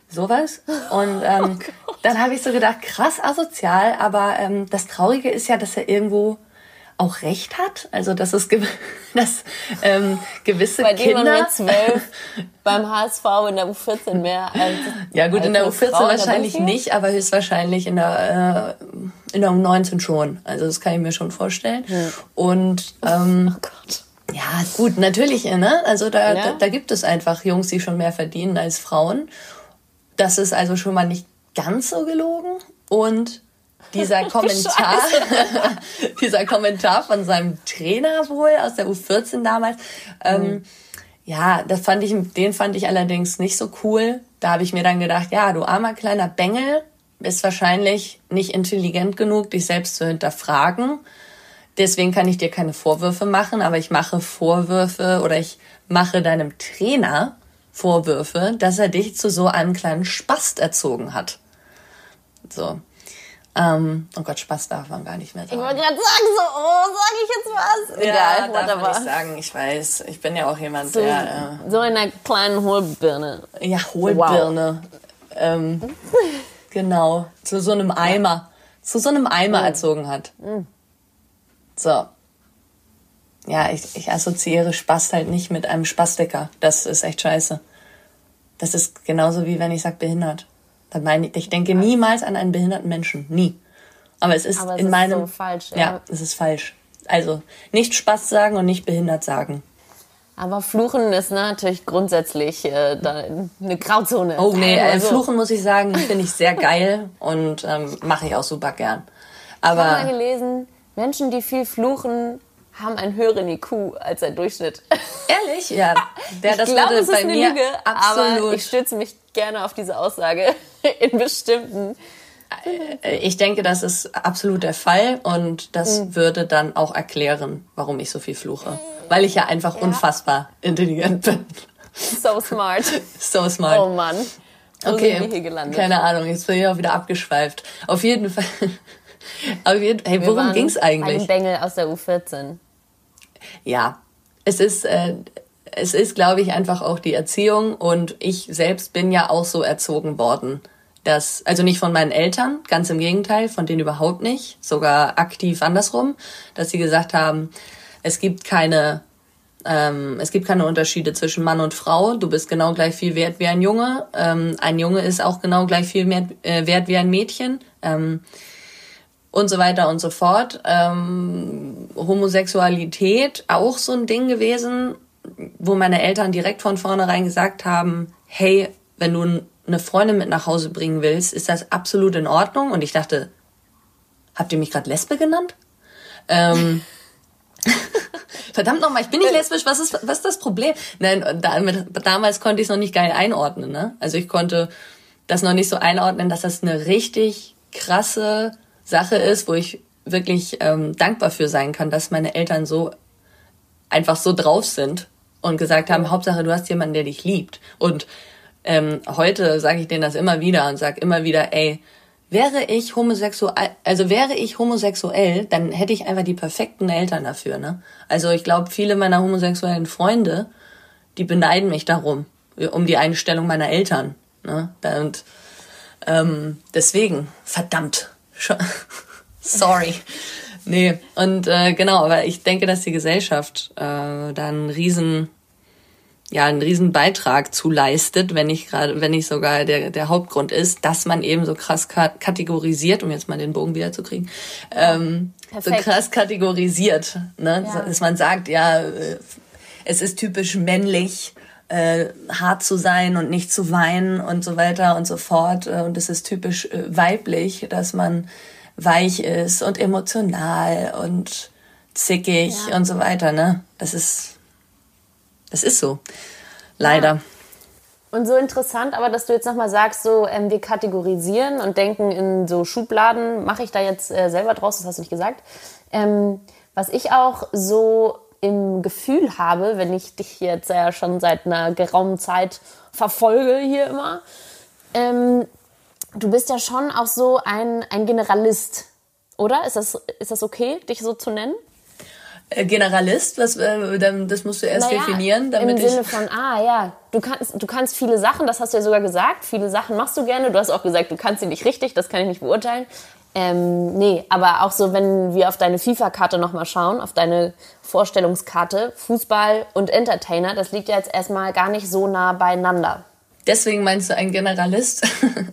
sowas. Und ähm, oh dann habe ich so gedacht, krass asozial, aber ähm, das Traurige ist ja, dass er irgendwo auch recht hat. Also dass es ge- dass, ähm, gewisse Bei Kinder... Bei dem man mit zwölf beim H S V in der U vierzehn mehr als... Ja gut, als in der U vierzehn Frau wahrscheinlich nicht, aber höchstwahrscheinlich in der, äh, in der U neunzehn schon. Also das kann ich mir schon vorstellen. Hm. Und ähm, oh Gott. Ja, gut, natürlich, ne? Also da, ja. da, da gibt es einfach Jungs, die schon mehr verdienen als Frauen. Das ist also schon mal nicht ganz so gelogen. Und dieser Kommentar, dieser Kommentar von seinem Trainer wohl aus der U vierzehn damals, ähm, mhm. ja, das fand ich, den fand ich allerdings nicht so cool. Da habe ich mir dann gedacht, ja, du armer kleiner Bengel, bist wahrscheinlich nicht intelligent genug, dich selbst zu hinterfragen. Deswegen kann ich dir keine Vorwürfe machen, aber ich mache Vorwürfe oder ich mache deinem Trainer Vorwürfe, dass er dich zu so einem kleinen Spast erzogen hat. So. Ähm, oh Gott, Spaß darf man gar nicht mehr sagen. Ich wollte gerade sagen, so, oh, sage ich jetzt was? Ja, Egal, darf man nicht sagen, ich weiß. Ich bin ja auch jemand, so, der... Äh, so in einer kleinen Hohlbirne. Ja, Hohlbirne. Wow. Ähm, genau, zu so einem Eimer. Ja. Zu so einem Eimer mhm. erzogen hat. Mhm. So. Ja, ich, ich assoziiere Spast halt nicht mit einem Spastiker. Das ist echt scheiße. Das ist genauso wie wenn ich sage behindert. Dann meine ich, ich denke niemals an einen behinderten Menschen. Nie. Aber es ist Aber es in ist meinem... so falsch, ja. Ja, es ist falsch. Also, nicht Spast sagen und nicht behindert sagen. Aber Fluchen ist natürlich grundsätzlich äh, da eine Grauzone. Oh nee, äh, so. Fluchen muss ich sagen, finde ich sehr geil und ähm, mache ich auch super gern. Aber ich habe mal gelesen, Menschen, die viel fluchen, haben einen höheren I Q als der Durchschnitt. Ehrlich? Ja. Der, ich das glaube, es ist bei eine mir Lüge, absolut. aber ich stütze mich gerne auf diese Aussage in bestimmten... Ich denke, das ist absolut der Fall und das mhm. würde dann auch erklären, warum ich so viel fluche. Weil ich ja einfach ja. unfassbar intelligent bin. So smart. So smart. Oh Mann. Wo okay, sind wir hier gelandet? Keine Ahnung, jetzt bin ich auch wieder abgeschweift. Auf jeden Fall... Auf jeden, hey, wir worum ging's eigentlich? Ein Bengel aus der U vierzehn. Ja, es ist, äh, es ist, glaube ich, einfach auch die Erziehung und ich selbst bin ja auch so erzogen worden, dass, also nicht von meinen Eltern, ganz im Gegenteil, von denen überhaupt nicht, sogar aktiv andersrum, dass sie gesagt haben, es gibt keine, ähm, es gibt keine Unterschiede zwischen Mann und Frau, du bist genau gleich viel wert wie ein Junge, ähm, ein Junge ist auch genau gleich viel mehr, äh, wert wie ein Mädchen, ähm, und so weiter und so fort. Ähm, Homosexualität auch so ein Ding gewesen, wo meine Eltern direkt von vornherein gesagt haben, hey, wenn du eine Freundin mit nach Hause bringen willst, ist das absolut in Ordnung. Und ich dachte, habt ihr mich gerade Lesbe genannt? Ähm, verdammt nochmal, ich bin nicht lesbisch, was ist, was ist das Problem? Nein, damit, damals konnte ich es noch nicht geil einordnen. Ne? Also ich konnte das noch nicht so einordnen, dass das eine richtig krasse Sache ist, wo ich wirklich ähm, dankbar für sein kann, dass meine Eltern so einfach so drauf sind und gesagt haben, ja. Hauptsache du hast jemanden, der dich liebt. Und ähm, heute sage ich denen das immer wieder und sage immer wieder, ey, wäre ich homosexuell, also wäre ich homosexuell, dann hätte ich einfach die perfekten Eltern dafür. Ne? Also ich glaube, viele meiner homosexuellen Freunde, die beneiden mich darum, um die Einstellung meiner Eltern. Ne? Und ähm, deswegen, verdammt. Sorry. Nee, und äh, genau, aber ich denke, dass die Gesellschaft äh, da einen riesen, ja, einen riesen Beitrag zu leistet, wenn nicht gerade, wenn nicht sogar der der Hauptgrund ist, dass man eben so krass kategorisiert, um jetzt mal den Bogen wieder zu kriegen, ähm, so krass kategorisiert, ne, ja. Dass man sagt, ja, es ist typisch männlich, Äh, hart zu sein und nicht zu weinen und so weiter und so fort. Und es ist typisch äh, weiblich, dass man weich ist und emotional und zickig ja. und so weiter. Ne? Das ist, das ist so. Leider. Ja. Und so interessant, aber dass du jetzt nochmal sagst, so ähm, wir kategorisieren und denken in so Schubladen, mache ich da jetzt äh, selber draus, das hast du nicht gesagt. Ähm, was ich auch so im Gefühl habe, wenn ich dich jetzt ja schon seit einer geraumen Zeit verfolge hier immer, ähm, du bist ja schon auch so ein, ein Generalist, oder? Ist das, ist das okay, dich so zu nennen? Äh, Generalist, was, äh, das musst du erst naja, definieren. Damit im Sinne von, ah ja, du kannst, du kannst viele Sachen, das hast du ja sogar gesagt, viele Sachen machst du gerne. Du hast auch gesagt, du kannst sie nicht richtig, das kann ich nicht beurteilen. Ähm, nee, aber auch so, wenn wir auf deine FIFA-Karte nochmal schauen, auf deine Vorstellungskarte, Fußball und Entertainer, das liegt ja jetzt erstmal gar nicht so nah beieinander. Deswegen meinst du ein Generalist?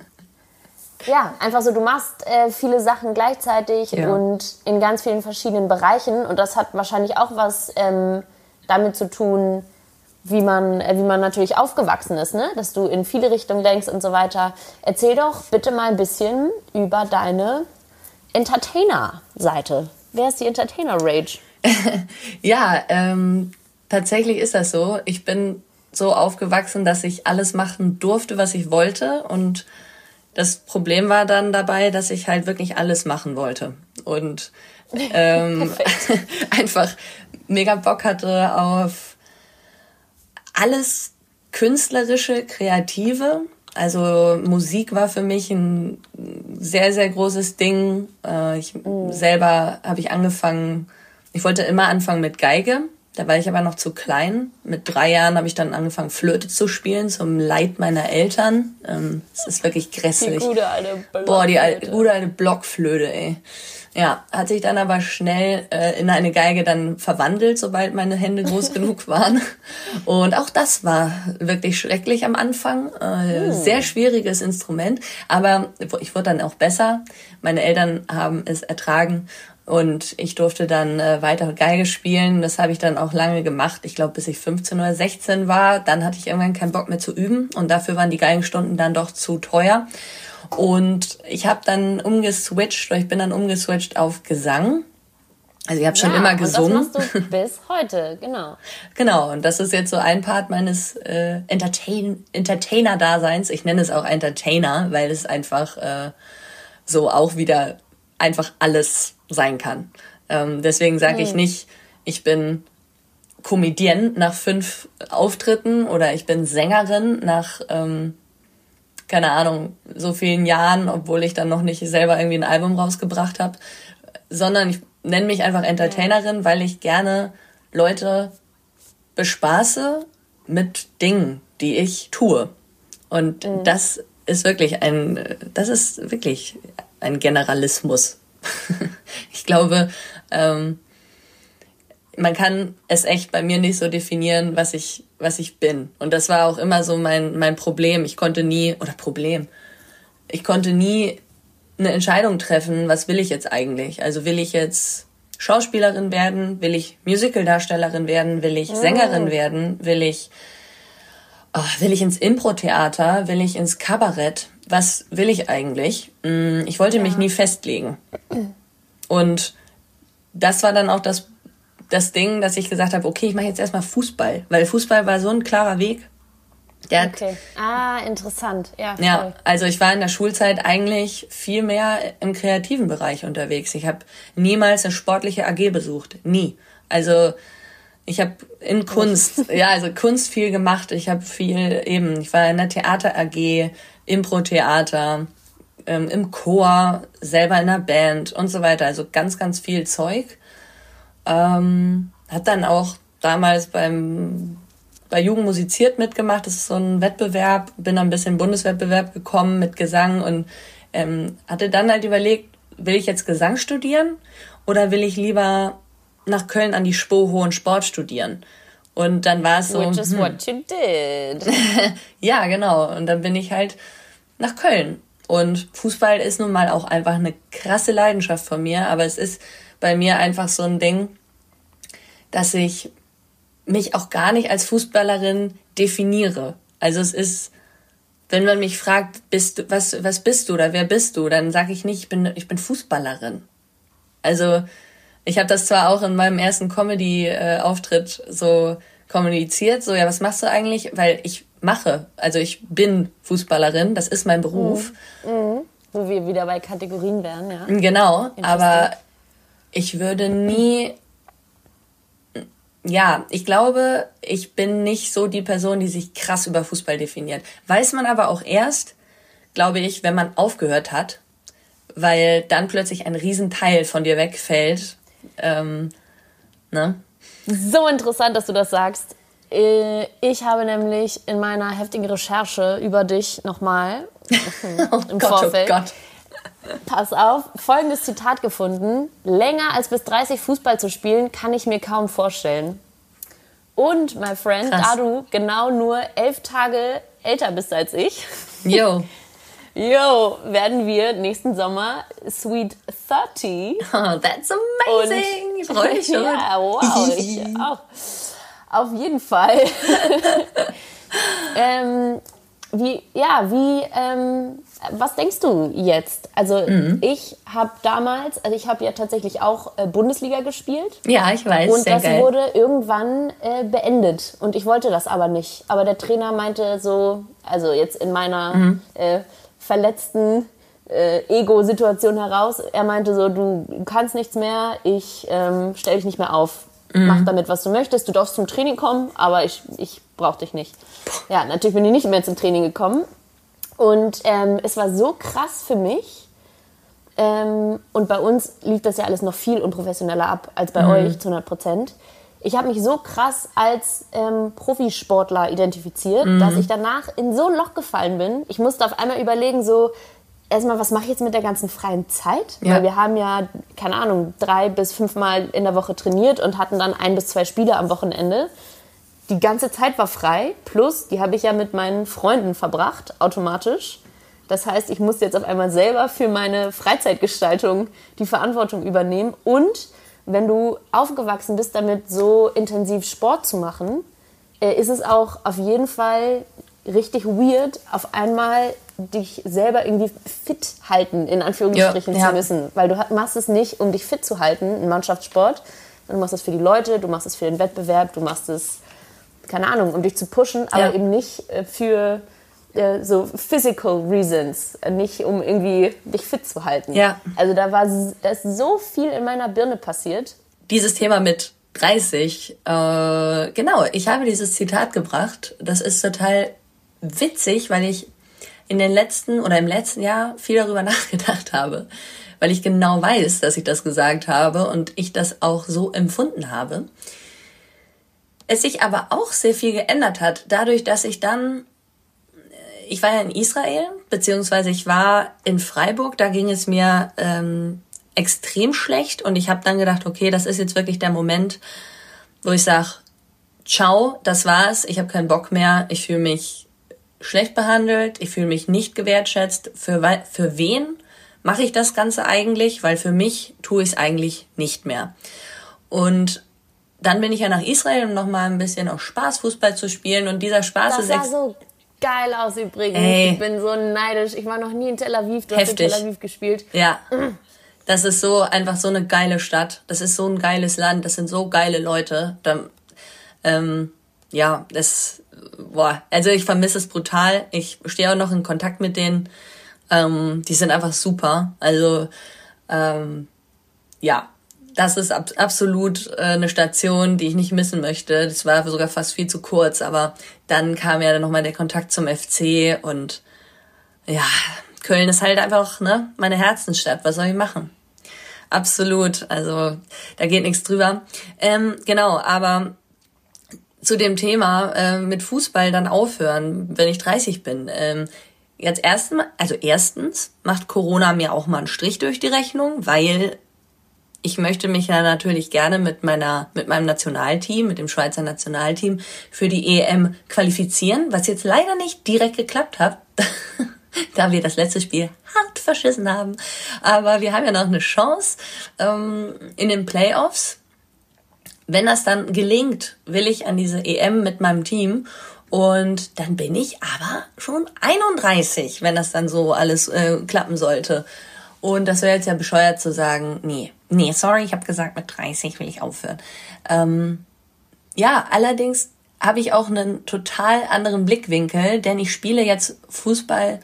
Ja, einfach so, du machst äh, viele Sachen gleichzeitig ja. und in ganz vielen verschiedenen Bereichen. Und das hat wahrscheinlich auch was ähm, damit zu tun, wie man, äh, wie man natürlich aufgewachsen ist, ne? Dass du in viele Richtungen denkst und so weiter. Erzähl doch bitte mal ein bisschen über deine Entertainer-Seite. Wer ist die Entertainer-Rage? ja, ähm, tatsächlich ist das so. Ich bin so aufgewachsen, dass ich alles machen durfte, was ich wollte. Und das Problem war dann dabei, dass ich halt wirklich alles machen wollte. Und ähm, einfach mega Bock hatte auf alles Künstlerische, Kreative. Also Musik war für mich ein sehr, sehr großes Ding. Äh, ich mm. selber habe ich angefangen, ich wollte immer anfangen mit Geige. Da war ich aber noch zu klein. Mit drei Jahren habe ich dann angefangen, Flöte zu spielen, zum Leid meiner Eltern. Ähm, es ist wirklich grässlich. Die gute alte Blockflöte. Boah, die alte, gute alte Blockflöte, ey. Ja, hat sich dann aber schnell äh, in eine Geige dann verwandelt, sobald meine Hände groß genug waren. Und auch das war wirklich schrecklich am Anfang. Äh, hm. Sehr schwieriges Instrument, aber ich wurde dann auch besser. Meine Eltern haben es ertragen. Und ich durfte dann äh, weiter Geige spielen. Das habe ich dann auch lange gemacht. Ich glaube, bis ich fünfzehn oder sechzehn war. Dann hatte ich irgendwann keinen Bock mehr zu üben. Und dafür waren die Geigenstunden dann doch zu teuer. Und ich habe dann umgeswitcht, oder ich bin dann umgeswitcht auf Gesang. Also ich habe schon ja, immer gesungen. Und das machst du bis heute, genau. Genau, und das ist jetzt so ein Part meines äh, Entertain- Entertainer-Daseins. Ich nenne es auch Entertainer, weil es einfach äh, so auch wieder einfach alles sein kann. Ähm, deswegen sage hm. ich nicht, ich bin Comedienne nach fünf Auftritten oder ich bin Sängerin nach, ähm, keine Ahnung, so vielen Jahren, obwohl ich dann noch nicht selber irgendwie ein Album rausgebracht habe, sondern ich nenne mich einfach Entertainerin, weil ich gerne Leute bespaße mit Dingen, die ich tue. Und mhm. das ist wirklich ein, das ist wirklich ein Generalismus. Ich glaube, ähm, man kann es echt bei mir nicht so definieren, was ich, was ich bin. Und das war auch immer so mein, mein Problem. Ich konnte nie, oder Problem, ich konnte nie eine Entscheidung treffen, was will ich jetzt eigentlich? Also will ich jetzt Schauspielerin werden? Will ich Musicaldarstellerin werden? Will ich oh. Sängerin werden? Will ich, oh, will ich ins Impro-Theater? Will ich ins Kabarett? Was will ich eigentlich? Ich wollte ja. mich nie festlegen. Und das war dann auch das, das Ding, dass ich gesagt habe, okay, ich mache jetzt erstmal Fußball. Weil Fußball war so ein klarer Weg. Der okay. Ah, interessant. Ja, voll. Ja, also ich war in der Schulzeit eigentlich viel mehr im kreativen Bereich unterwegs. Ich habe niemals eine sportliche A G besucht. Nie. Also ich habe in Kunst, ja, also Kunst viel gemacht. Ich habe viel eben, ich war in der Theater-A G, Impro-Theater, ähm, im Chor, selber in einer Band und so weiter. Also ganz, ganz viel Zeug. Ähm, hat dann auch damals beim bei Jugend musiziert mitgemacht. Das ist so ein Wettbewerb. Bin dann ein bisschen Bundeswettbewerb gekommen mit Gesang und ähm, hatte dann halt überlegt, will ich jetzt Gesang studieren oder will ich lieber nach Köln an die Spo Hohen Sport studieren? Und dann war es so... Which is hm. what you did. Ja, genau. Und dann bin ich halt nach Köln. Und Fußball ist nun mal auch einfach eine krasse Leidenschaft von mir. Aber es ist bei mir einfach so ein Ding, dass ich mich auch gar nicht als Fußballerin definiere. Also es ist, wenn man mich fragt, bist du, was, was bist du oder wer bist du, dann sage ich nicht, ich bin, ich bin Fußballerin. Also ich habe das zwar auch in meinem ersten Comedy-Auftritt so kommuniziert, so ja, was machst du eigentlich? Weil ich mache, also ich bin Fußballerin, das ist mein Beruf. Mhm. Mhm. Wo wir wieder bei Kategorien wären, ja. Genau, aber ich würde nie... Ja, ich glaube, ich bin nicht so die Person, die sich krass über Fußball definiert. Weiß man aber auch erst, glaube ich, wenn man aufgehört hat, weil dann plötzlich ein Riesenteil von dir wegfällt, ähm, ne? So interessant, dass du das sagst. Ich habe nämlich in meiner heftigen Recherche über dich nochmal oh im Gott, Vorfeld, oh Gott. pass auf, folgendes Zitat gefunden. Länger als bis dreißig Fußball zu spielen, kann ich mir kaum vorstellen. Und, my friend, Krass. da du genau nur elf Tage älter bist als ich, Yo. yo, werden wir nächsten Sommer Sweet dreißig. Oh, that's amazing. Und ich freue mich schon. Ja, wow, ich auch. Auf jeden Fall. ähm, wie, ja, wie, ähm, was denkst du jetzt? Also mhm. ich habe damals, also ich habe ja tatsächlich auch äh, Bundesliga gespielt. Ja, ich weiß. Und sehr das geil. wurde irgendwann äh, beendet. Und ich wollte das aber nicht. Aber der Trainer meinte so, also jetzt in meiner mhm. äh, verletzten äh, Ego-Situation heraus, er meinte so, du kannst nichts mehr, ich ähm, stelle dich nicht mehr auf. Mhm. Mach damit, was du möchtest. Du darfst zum Training kommen, aber ich, ich brauche dich nicht. Ja, natürlich bin ich nicht mehr zum Training gekommen. Und ähm, es war so krass für mich. Ähm, und bei uns lief das ja alles noch viel unprofessioneller ab als bei mhm. euch zu hundert Prozent. Ich habe mich so krass als ähm, Profisportler identifiziert, mhm. dass ich danach in so ein Loch gefallen bin. Ich musste auf einmal überlegen, so, erstmal, was mache ich jetzt mit der ganzen freien Zeit? Ja. Weil wir haben ja, keine Ahnung, drei bis fünfmal in der Woche trainiert und hatten dann ein bis zwei Spiele am Wochenende. Die ganze Zeit war frei, plus die habe ich ja mit meinen Freunden verbracht, automatisch. Das heißt, ich musste jetzt auf einmal selber für meine Freizeitgestaltung die Verantwortung übernehmen. Und wenn du aufgewachsen bist, damit so intensiv Sport zu machen, ist es auch auf jeden Fall richtig weird, auf einmal dich selber irgendwie fit halten, in Anführungsstrichen, ja, ja. zu müssen. Weil du machst es nicht, um dich fit zu halten, im Mannschaftssport. Du machst es für die Leute, du machst es für den Wettbewerb, du machst es, keine Ahnung, um dich zu pushen, aber ja. eben nicht für äh, so physical reasons, nicht um irgendwie dich fit zu halten. Ja. Also da war da ist so viel in meiner Birne passiert. Dieses Thema mit dreißig, äh, genau, ich habe dieses Zitat gebracht. Das ist total witzig, weil ich in den letzten oder im letzten Jahr viel darüber nachgedacht habe, weil ich genau weiß, dass ich das gesagt habe und ich das auch so empfunden habe. Es sich aber auch sehr viel geändert hat, dadurch, dass ich dann, ich war ja in Israel, beziehungsweise ich war in Freiburg, da ging es mir ähm, extrem schlecht und ich habe dann gedacht, okay, das ist jetzt wirklich der Moment, wo ich sage, ciao, das war's, ich habe keinen Bock mehr, ich fühle mich schlecht behandelt, ich fühle mich nicht gewertschätzt. Für, für wen mache ich das Ganze eigentlich? Weil für mich tue ich es eigentlich nicht mehr. Und dann bin ich ja nach Israel, um nochmal ein bisschen auch Spaßfußball zu spielen. Und dieser Spaß das ist... Das sah so geil aus übrigens. Ey. Ich bin so neidisch. Ich war noch nie in Tel Aviv. Du Heftig. hast in Tel Aviv gespielt. Ja. Das ist so einfach so eine geile Stadt. Das ist so ein geiles Land. Das sind so geile Leute. Da, ähm, ja, das... Boah, also ich vermisse es brutal. Ich stehe auch noch in Kontakt mit denen. Ähm, die sind einfach super. Also ähm, ja, das ist ab, absolut äh, eine Station, die ich nicht missen möchte. Das war sogar fast viel zu kurz, aber dann kam ja dann nochmal der Kontakt zum F C und ja, Köln ist halt einfach ne meine Herzensstadt. Was soll ich machen? Absolut, also da geht nichts drüber. Ähm, genau, aber zu dem Thema äh, mit Fußball dann aufhören, wenn ich dreißig bin. Ähm, jetzt erstmal, also erstens macht Corona mir auch mal einen Strich durch die Rechnung, weil ich möchte mich ja natürlich gerne mit meiner, mit meinem Nationalteam, mit dem Schweizer Nationalteam für die E M qualifizieren, was jetzt leider nicht direkt geklappt hat, da wir das letzte Spiel hart verschissen haben. Aber wir haben ja noch eine Chance ähm, in den Playoffs. Wenn das dann gelingt, will ich an diese E M mit meinem Team und dann bin ich aber schon einunddreißig, wenn das dann so alles äh, klappen sollte. Und das wäre jetzt ja bescheuert zu sagen, nee, nee, sorry, ich habe gesagt, mit dreißig will ich aufhören. Ähm, ja, allerdings habe ich auch einen total anderen Blickwinkel, denn ich spiele jetzt Fußball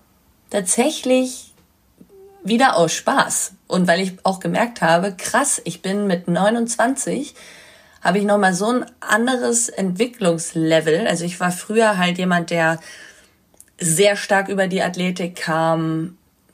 tatsächlich wieder aus Spaß. Und weil ich auch gemerkt habe, krass, ich bin mit neunundzwanzig, habe ich nochmal so ein anderes Entwicklungslevel. Also ich war früher halt jemand, der sehr stark über die Athletik kam,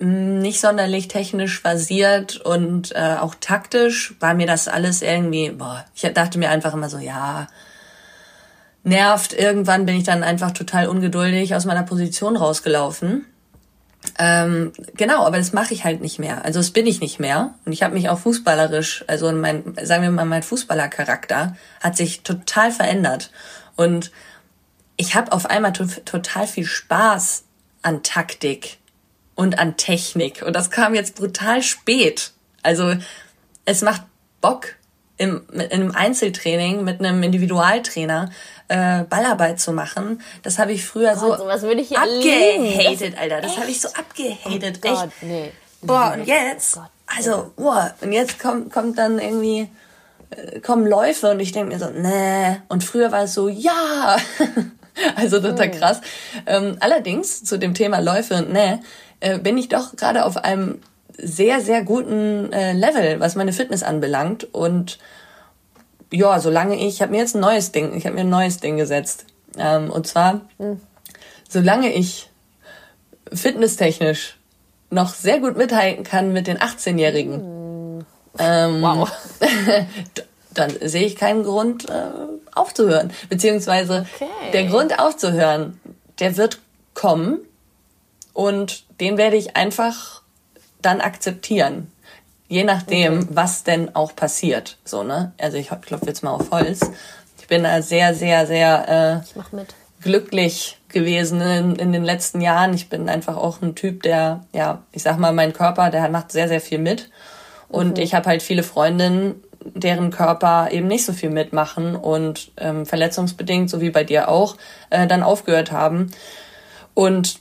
nicht sonderlich technisch versiert und äh, auch taktisch war mir das alles irgendwie, boah, ich dachte mir einfach immer so, ja, nervt. Irgendwann bin ich dann einfach total ungeduldig aus meiner Position rausgelaufen. Ähm, genau, aber das mache ich halt nicht mehr. Also das bin ich nicht mehr. Und ich habe mich auch fußballerisch, also mein, sagen wir mal, mein Fußballercharakter hat sich total verändert. Und ich habe auf einmal to- total viel Spaß an Taktik und an Technik. Und das kam jetzt brutal spät. Also es macht Bock, im, in einem Einzeltraining mit einem Individualtrainer äh, Ballarbeit zu machen. Das habe ich früher Gott, so sowas würde ich hier abgehatet, Alter. Das habe ich so abgehatet. Oh echt. Gott, nee. Boah, und jetzt, Gott. also, boah, und jetzt kommt, kommt dann irgendwie, äh, kommen Läufe und ich denke mir so, nee. Und früher war es so, ja. Also total krass. Ähm, allerdings, zu dem Thema Läufe und nee, äh, bin ich doch gerade auf einem sehr, sehr guten äh, Level, was meine Fitness anbelangt. Und ja, solange ich, ich habe mir jetzt ein neues Ding, ich habe mir ein neues Ding gesetzt. Ähm, und zwar, mhm. solange ich fitnesstechnisch noch sehr gut mithalten kann mit den achtzehnjährigen, mhm. ähm, wow. dann sehe ich keinen Grund äh, aufzuhören. Beziehungsweise okay. der Grund aufzuhören, der wird kommen und den werde ich einfach dann akzeptieren. Je nachdem, okay. was denn auch passiert. So, ne? Also ich klopfe jetzt mal auf Holz. Ich bin da sehr, sehr, sehr äh, ich mach mit. glücklich gewesen in, in den letzten Jahren. Ich bin einfach auch ein Typ, der, ja, ich sag mal, mein Körper, der macht sehr, sehr viel mit. Und mhm. ich habe halt viele Freundinnen, deren Körper eben nicht so viel mitmachen und ähm, verletzungsbedingt, so wie bei dir auch, äh, dann aufgehört haben. Und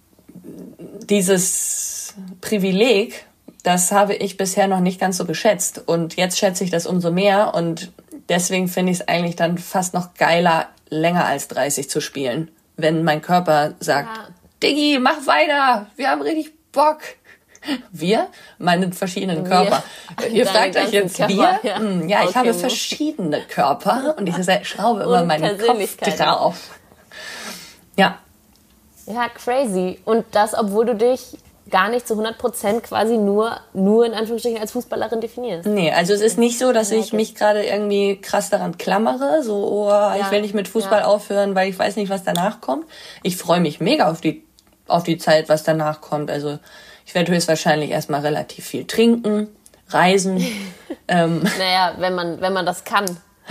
dieses Privileg, das habe ich bisher noch nicht ganz so geschätzt. Und jetzt schätze ich das umso mehr. Und deswegen finde ich es eigentlich dann fast noch geiler, länger als dreißig zu spielen. Wenn mein Körper sagt, ja. Diggi, mach weiter, wir haben richtig Bock. Wir? Meine verschiedenen wir. Körper. Ihr fragt euch jetzt, Körper, wir? Ja, ja ich okay, habe verschiedene Körper und ich schraube immer meinen Kopf drauf. Ja. Ja, crazy. Und das, obwohl du dich gar nicht zu hundert Prozent quasi nur, nur in Anführungsstrichen als Fußballerin definierst. Nee, also es ist nicht so, dass ich mich gerade irgendwie krass daran klammere, so, oh, ja, ich will nicht mit Fußball ja. aufhören, weil ich weiß nicht, was danach kommt. Ich freue mich mega auf die, auf die Zeit, was danach kommt. Also ich werde höchstwahrscheinlich erstmal relativ viel trinken, reisen. ähm, naja, wenn man, wenn man das kann.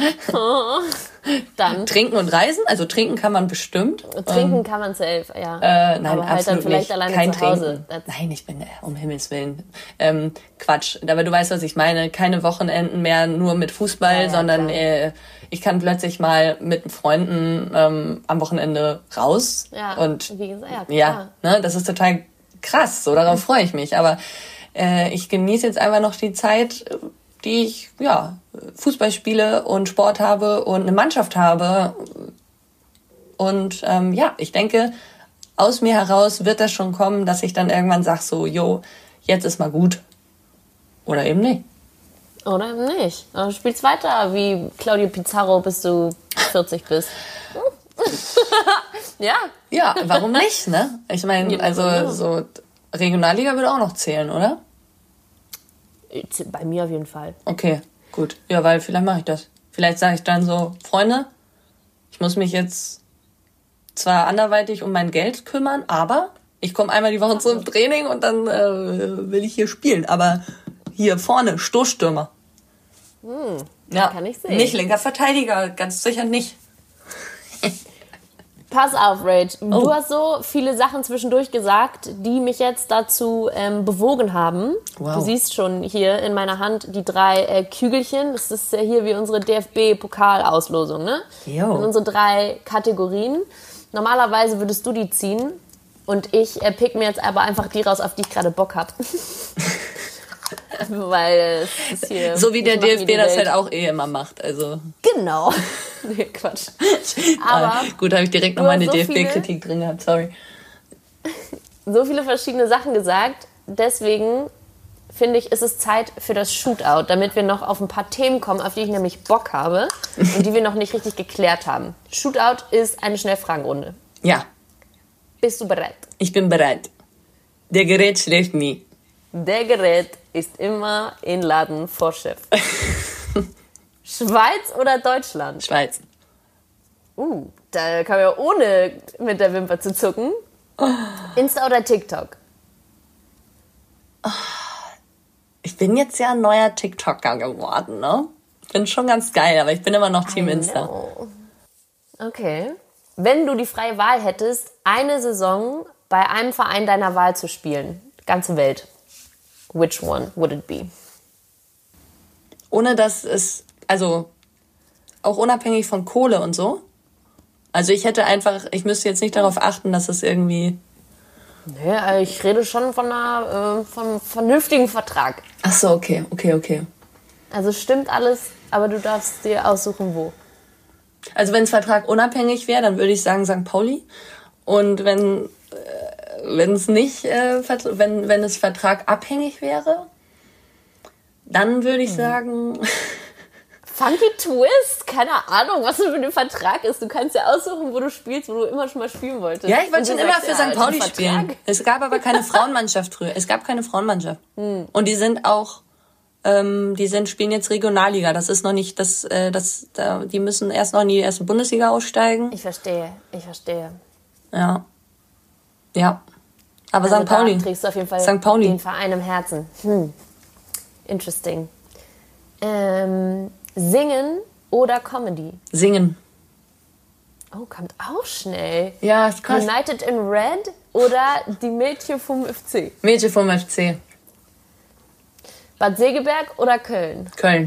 Dann. Trinken und reisen? Also trinken kann man bestimmt. Trinken ähm, kann man safe, ja. Äh, nein, aber halt dann vielleicht nicht. alleine Kein zu Hause. Nein, ich bin, um Himmels Willen. Ähm, Quatsch. Aber du weißt, was ich meine. Keine Wochenenden mehr nur mit Fußball, ja, ja, sondern äh, ich kann plötzlich mal mit Freunden ähm, am Wochenende raus. Ja, und wie gesagt. Ja, ne, das ist total krass. So, darauf freue ich mich. Aber äh, ich genieße jetzt einfach noch die Zeit, die ich, ja, Fußball spiele und Sport habe und eine Mannschaft habe. Und ähm, ja, ich denke, aus mir heraus wird das schon kommen, dass ich dann irgendwann sage so, jo, jetzt ist mal gut. Oder eben nicht. Oder eben nicht. Du spielst weiter wie Claudio Pizarro, bis du vierzig bist. Ja. Ja, warum nicht, ne? Ich meine, also so Regionalliga würde auch noch zählen, oder? Bei mir auf jeden Fall. Okay, gut. Ja, weil vielleicht mache ich das. Vielleicht sage ich dann so, Freunde, ich muss mich jetzt zwar anderweitig um mein Geld kümmern, aber ich komme einmal die Woche zum Training und dann äh, will ich hier spielen. Aber hier vorne, Stoßstürmer. Hm, ja, kann ich sehen. Nicht linker Verteidiger, ganz sicher nicht. Pass auf, Rach. Du oh. hast so viele Sachen zwischendurch gesagt, die mich jetzt dazu ähm, bewogen haben. Wow. Du siehst schon hier in meiner Hand die drei äh, Kügelchen. Das ist ja hier wie unsere D F B-Pokalauslosung, ne? Jo. Das sind unsere drei Kategorien. Normalerweise würdest du die ziehen und ich äh, pick mir jetzt aber einfach die raus, auf die ich gerade Bock habe. Weil es ist hier... So wie der D F B das halt auch eh immer macht, also... Genau. Nee, Quatsch. Aber ah, gut, habe ich direkt noch meine so D F B-Kritik drin gehabt, sorry. So viele verschiedene Sachen gesagt, deswegen finde ich, ist es Zeit für das Shootout, damit wir noch auf ein paar Themen kommen, auf die ich nämlich Bock habe und die wir noch nicht richtig geklärt haben. Shootout ist eine Schnellfragenrunde. Ja. Bist du bereit? Ich bin bereit. Der Gerät schläft nie. Der Gerät ist immer in Laden vor Chef. Schweiz oder Deutschland? Schweiz. Uh, da kann man ja ohne mit der Wimper zu zucken. Insta oder TikTok? Ich bin jetzt ja ein neuer TikToker geworden, ne? Ich bin schon ganz geil, aber ich bin immer noch Team Insta. Okay. Wenn du die freie Wahl hättest, eine Saison bei einem Verein deiner Wahl zu spielen, ganze Welt, which one would it be? Ohne dass es, also auch unabhängig von Kohle und so. Also ich hätte einfach, ich müsste jetzt nicht darauf achten, dass es irgendwie... Nee, ich rede schon von, einer, äh, von einem vernünftigen Vertrag. Ach so, okay, okay, okay. Also stimmt alles, aber du darfst dir aussuchen, wo. Also wenn es Vertrag unabhängig wäre, dann würde ich sagen Sankt Pauli. Und wenn äh, wenn es nicht, äh, wenn wenn es Vertrag abhängig wäre, dann würde ich hm. sagen... Funky Twist? Keine Ahnung, was das für ein Vertrag ist. Du kannst ja aussuchen, wo du spielst, wo du immer schon mal spielen wolltest. Ja, ich wollte schon immer für ja, Sankt Pauli spielen. Es gab aber keine Frauenmannschaft früher. Es gab keine Frauenmannschaft. Hm. Und die sind auch, ähm, die sind spielen jetzt Regionalliga. Das ist noch nicht, das, äh, das, da, die müssen erst noch in die erste Bundesliga aussteigen. Ich verstehe, ich verstehe. Ja. Ja. Aber also Sankt Pauli. Da trägst du auf jeden Fall Sankt Pauli. Den Verein im Herzen. Hm. Interesting. Ähm... Singen oder Comedy? Singen. Oh, kommt auch schnell. Ja, ist krass. United in Red oder die Mädchen vom F C? Mädchen vom F C. Bad Segeberg oder Köln? Köln.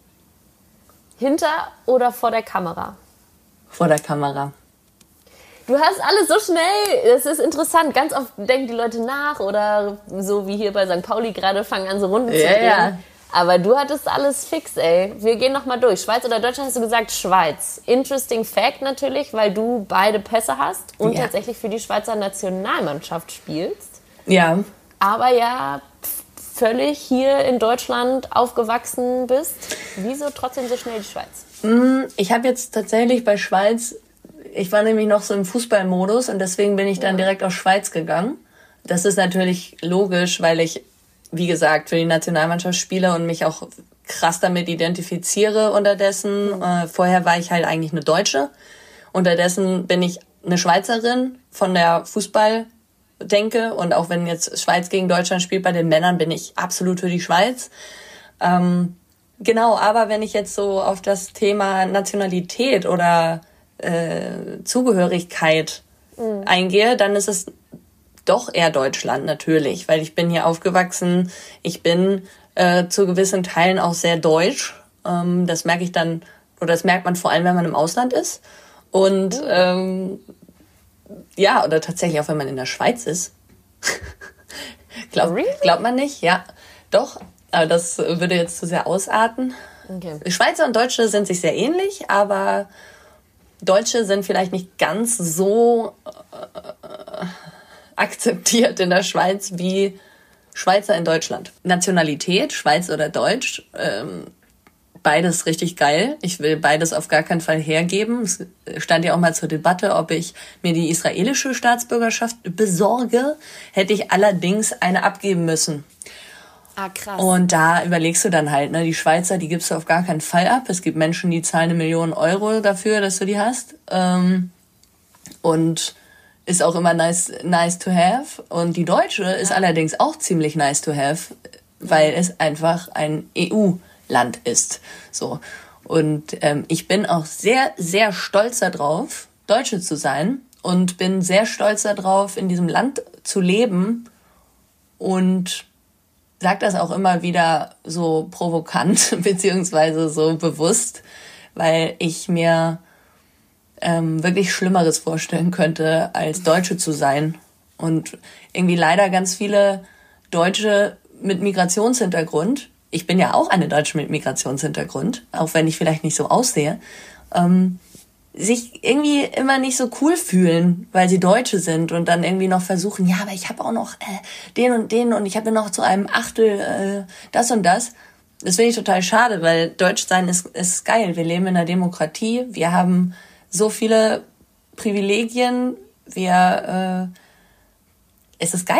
Hinter oder vor der Kamera? Vor der Kamera. Du hast alles so schnell. Das ist interessant. Ganz oft denken die Leute nach oder so wie hier bei Sankt Pauli gerade fangen an so Runden ja, zu drehen. Ja. Aber du hattest alles fix, ey. Wir gehen nochmal durch. Schweiz oder Deutschland hast du gesagt Schweiz. Interesting Fact natürlich, weil du beide Pässe hast und ja. tatsächlich für die Schweizer Nationalmannschaft spielst. Ja. Aber ja völlig hier in Deutschland aufgewachsen bist. Wieso trotzdem so schnell die Schweiz? Ich habe jetzt tatsächlich bei Schweiz, ich war nämlich noch so im Fußballmodus und deswegen bin ich dann ja. direkt auf Schweiz gegangen. Das ist natürlich logisch, weil ich wie gesagt, für die Nationalmannschaft spiele und mich auch krass damit identifiziere unterdessen. Mhm. Äh, vorher war ich halt eigentlich eine Deutsche. Unterdessen bin ich eine Schweizerin von der Fußballdenke. Und auch wenn jetzt Schweiz gegen Deutschland spielt, bei den Männern bin ich absolut für die Schweiz. Ähm, genau, aber wenn ich jetzt so auf das Thema Nationalität oder äh, Zugehörigkeit mhm. eingehe, dann ist es doch eher Deutschland natürlich, weil ich bin hier aufgewachsen. Ich bin äh, zu gewissen Teilen auch sehr deutsch. Ähm, das merke ich dann, oder das merkt man vor allem, wenn man im Ausland ist. Und ähm, ja, oder tatsächlich auch, wenn man in der Schweiz ist. Glaub, really? Glaubt man nicht? Ja, doch. Aber das würde jetzt zu sehr ausarten. Okay. Schweizer und Deutsche sind sich sehr ähnlich, aber Deutsche sind vielleicht nicht ganz so äh, akzeptiert in der Schweiz wie Schweizer in Deutschland. Nationalität, Schweiz oder Deutsch, ähm, beides richtig geil. Ich will beides auf gar keinen Fall hergeben. Es stand ja auch mal zur Debatte, ob ich mir die israelische Staatsbürgerschaft besorge. Hätte ich allerdings eine abgeben müssen. Ah, krass. Und da überlegst du dann halt, ne, die Schweizer, die gibst du auf gar keinen Fall ab. Es gibt Menschen, die zahlen eine Million Euro dafür, dass du die hast. Ähm, und ist auch immer nice, nice to have. Und die deutsche ja. ist allerdings auch ziemlich nice to have, weil es einfach ein E U-Land ist. So. Und ähm, ich bin auch sehr, sehr stolz darauf, Deutsche zu sein und bin sehr stolz darauf, in diesem Land zu leben und sag das auch immer wieder so provokant beziehungsweise so bewusst, weil ich mir ähm, wirklich Schlimmeres vorstellen könnte, als Deutsche zu sein. Und irgendwie leider ganz viele Deutsche mit Migrationshintergrund, ich bin ja auch eine Deutsche mit Migrationshintergrund, auch wenn ich vielleicht nicht so aussehe, ähm, sich irgendwie immer nicht so cool fühlen, weil sie Deutsche sind und dann irgendwie noch versuchen, ja, aber ich habe auch noch äh, den und den und ich habe noch zu einem Achtel äh, das und das. Das finde ich total schade, weil Deutschsein ist, ist geil. Wir leben in einer Demokratie, wir haben so viele Privilegien, wir, äh, es ist geil.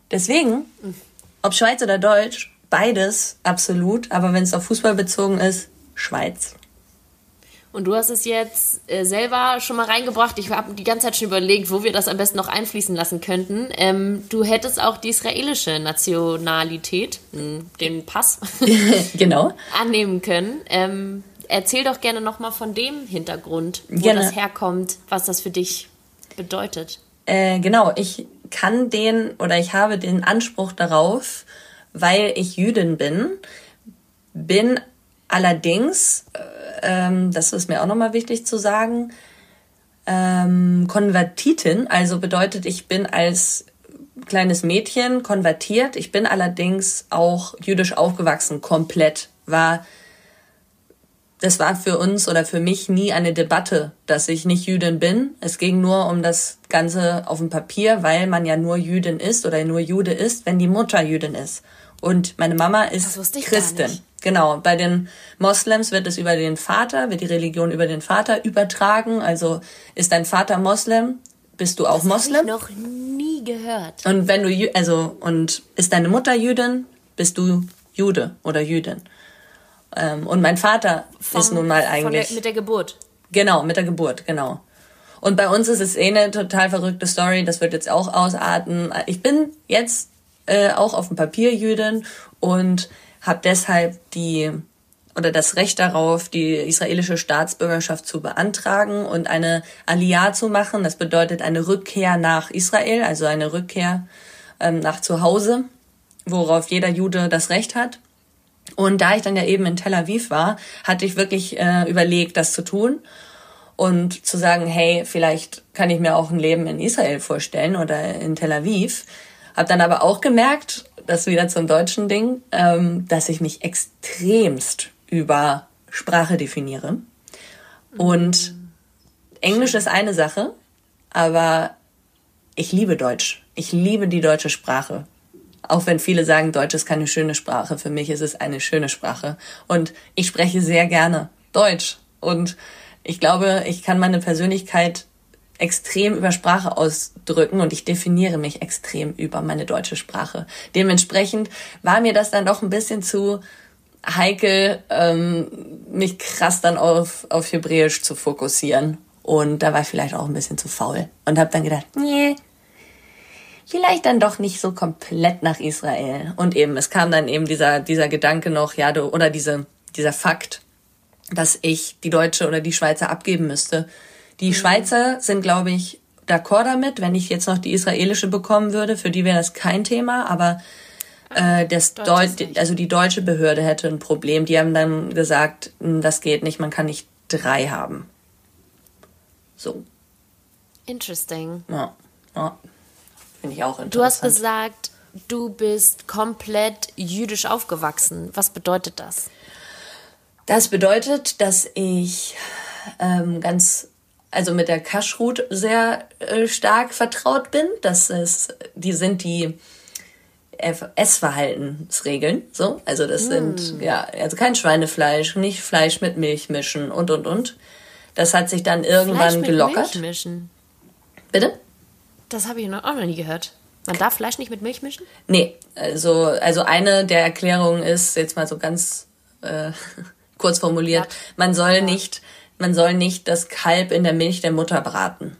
Deswegen, ob Schweiz oder Deutsch, beides absolut. Aber wenn es auf Fußball bezogen ist, Schweiz. Und du hast es jetzt äh, selber schon mal reingebracht. Ich habe die ganze Zeit schon überlegt, wo wir das am besten noch einfließen lassen könnten. Ähm, du hättest auch die israelische Nationalität, mh, den Pass, genau. annehmen können. Ähm, erzähl doch gerne nochmal von dem Hintergrund, wo Gerne. das herkommt, was das für dich bedeutet. Äh, genau, ich kann den oder ich habe den Anspruch darauf, weil ich Jüdin bin, bin allerdings, äh, ähm, das ist mir auch nochmal wichtig zu sagen, ähm, Konvertitin, also bedeutet, ich bin als kleines Mädchen konvertiert, ich bin allerdings auch jüdisch aufgewachsen, komplett, war Das war für uns oder für mich nie eine Debatte, dass ich nicht Jüdin bin. Es ging nur um das Ganze auf dem Papier, weil man ja nur Jüdin ist oder nur Jude ist, wenn die Mutter Jüdin ist. Und meine Mama ist Christin. Genau, bei den Moslems wird es über den Vater, wird die Religion über den Vater übertragen. Also ist dein Vater Moslem, bist du auch das Moslem? Das habe ich noch nie gehört. Und wenn du, also, und ist deine Mutter Jüdin, bist du Jude oder Jüdin. Und mein Vater Vom, ist nun mal eigentlich... Der, mit der Geburt? Genau, mit der Geburt, genau. Und bei uns ist es eh eine total verrückte Story, das wird jetzt auch ausarten. Ich bin jetzt äh, auch auf dem Papier Jüdin und habe deshalb die oder das Recht darauf, die israelische Staatsbürgerschaft zu beantragen und eine Aliyah zu machen. Das bedeutet eine Rückkehr nach Israel, also eine Rückkehr ähm, nach zu Hause, worauf jeder Jude das Recht hat. Und da ich dann ja eben in Tel Aviv war, hatte ich wirklich äh, überlegt, das zu tun und zu sagen, hey, vielleicht kann ich mir auch ein Leben in Israel vorstellen oder in Tel Aviv. Hab dann aber auch gemerkt, das wieder zum deutschen Ding, ähm, dass ich mich extremst über Sprache definiere. Und Englisch ist eine Sache, aber ich liebe Deutsch. Ich liebe die deutsche Sprache. Auch wenn viele sagen, Deutsch ist keine schöne Sprache, für mich ist es eine schöne Sprache. Und ich spreche sehr gerne Deutsch. Und ich glaube, ich kann meine Persönlichkeit extrem über Sprache ausdrücken und ich definiere mich extrem über meine deutsche Sprache. Dementsprechend war mir das dann doch ein bisschen zu heikel, ähm, mich krass dann auf, auf Hebräisch zu fokussieren. Und da war ich vielleicht auch ein bisschen zu faul. Und habe dann gedacht, nee, vielleicht dann doch nicht so komplett nach Israel. Und eben, es kam dann eben dieser, dieser Gedanke noch, ja, du, oder diese, dieser Fakt, dass ich die Deutsche oder die Schweizer abgeben müsste. Die mhm. Schweizer sind, glaube ich, d'accord damit, wenn ich jetzt noch die israelische bekommen würde. Für die wäre das kein Thema, aber äh, das Deu- also die deutsche Behörde hätte ein Problem. Die haben dann gesagt, das geht nicht, man kann nicht drei haben. So. Interesting. Ja, ja. Finde ich auch interessant. Du hast gesagt, du bist komplett jüdisch aufgewachsen. Was bedeutet das? Das bedeutet, dass ich ähm, ganz, also mit der Kashrut sehr äh, stark vertraut bin. Das ist, die sind die Essverhaltensregeln. So, also das mm. sind ja, also kein Schweinefleisch, nicht Fleisch mit Milch mischen und und und. Das hat sich dann irgendwann Fleisch mit gelockert. Milch mischen. Bitte? Das habe ich noch, auch noch nie gehört. Man darf Fleisch nicht mit Milch mischen? Nee, also, also eine der Erklärungen ist, jetzt mal so ganz äh, kurz formuliert, ja. man soll ja. nicht, man soll nicht das Kalb in der Milch der Mutter braten.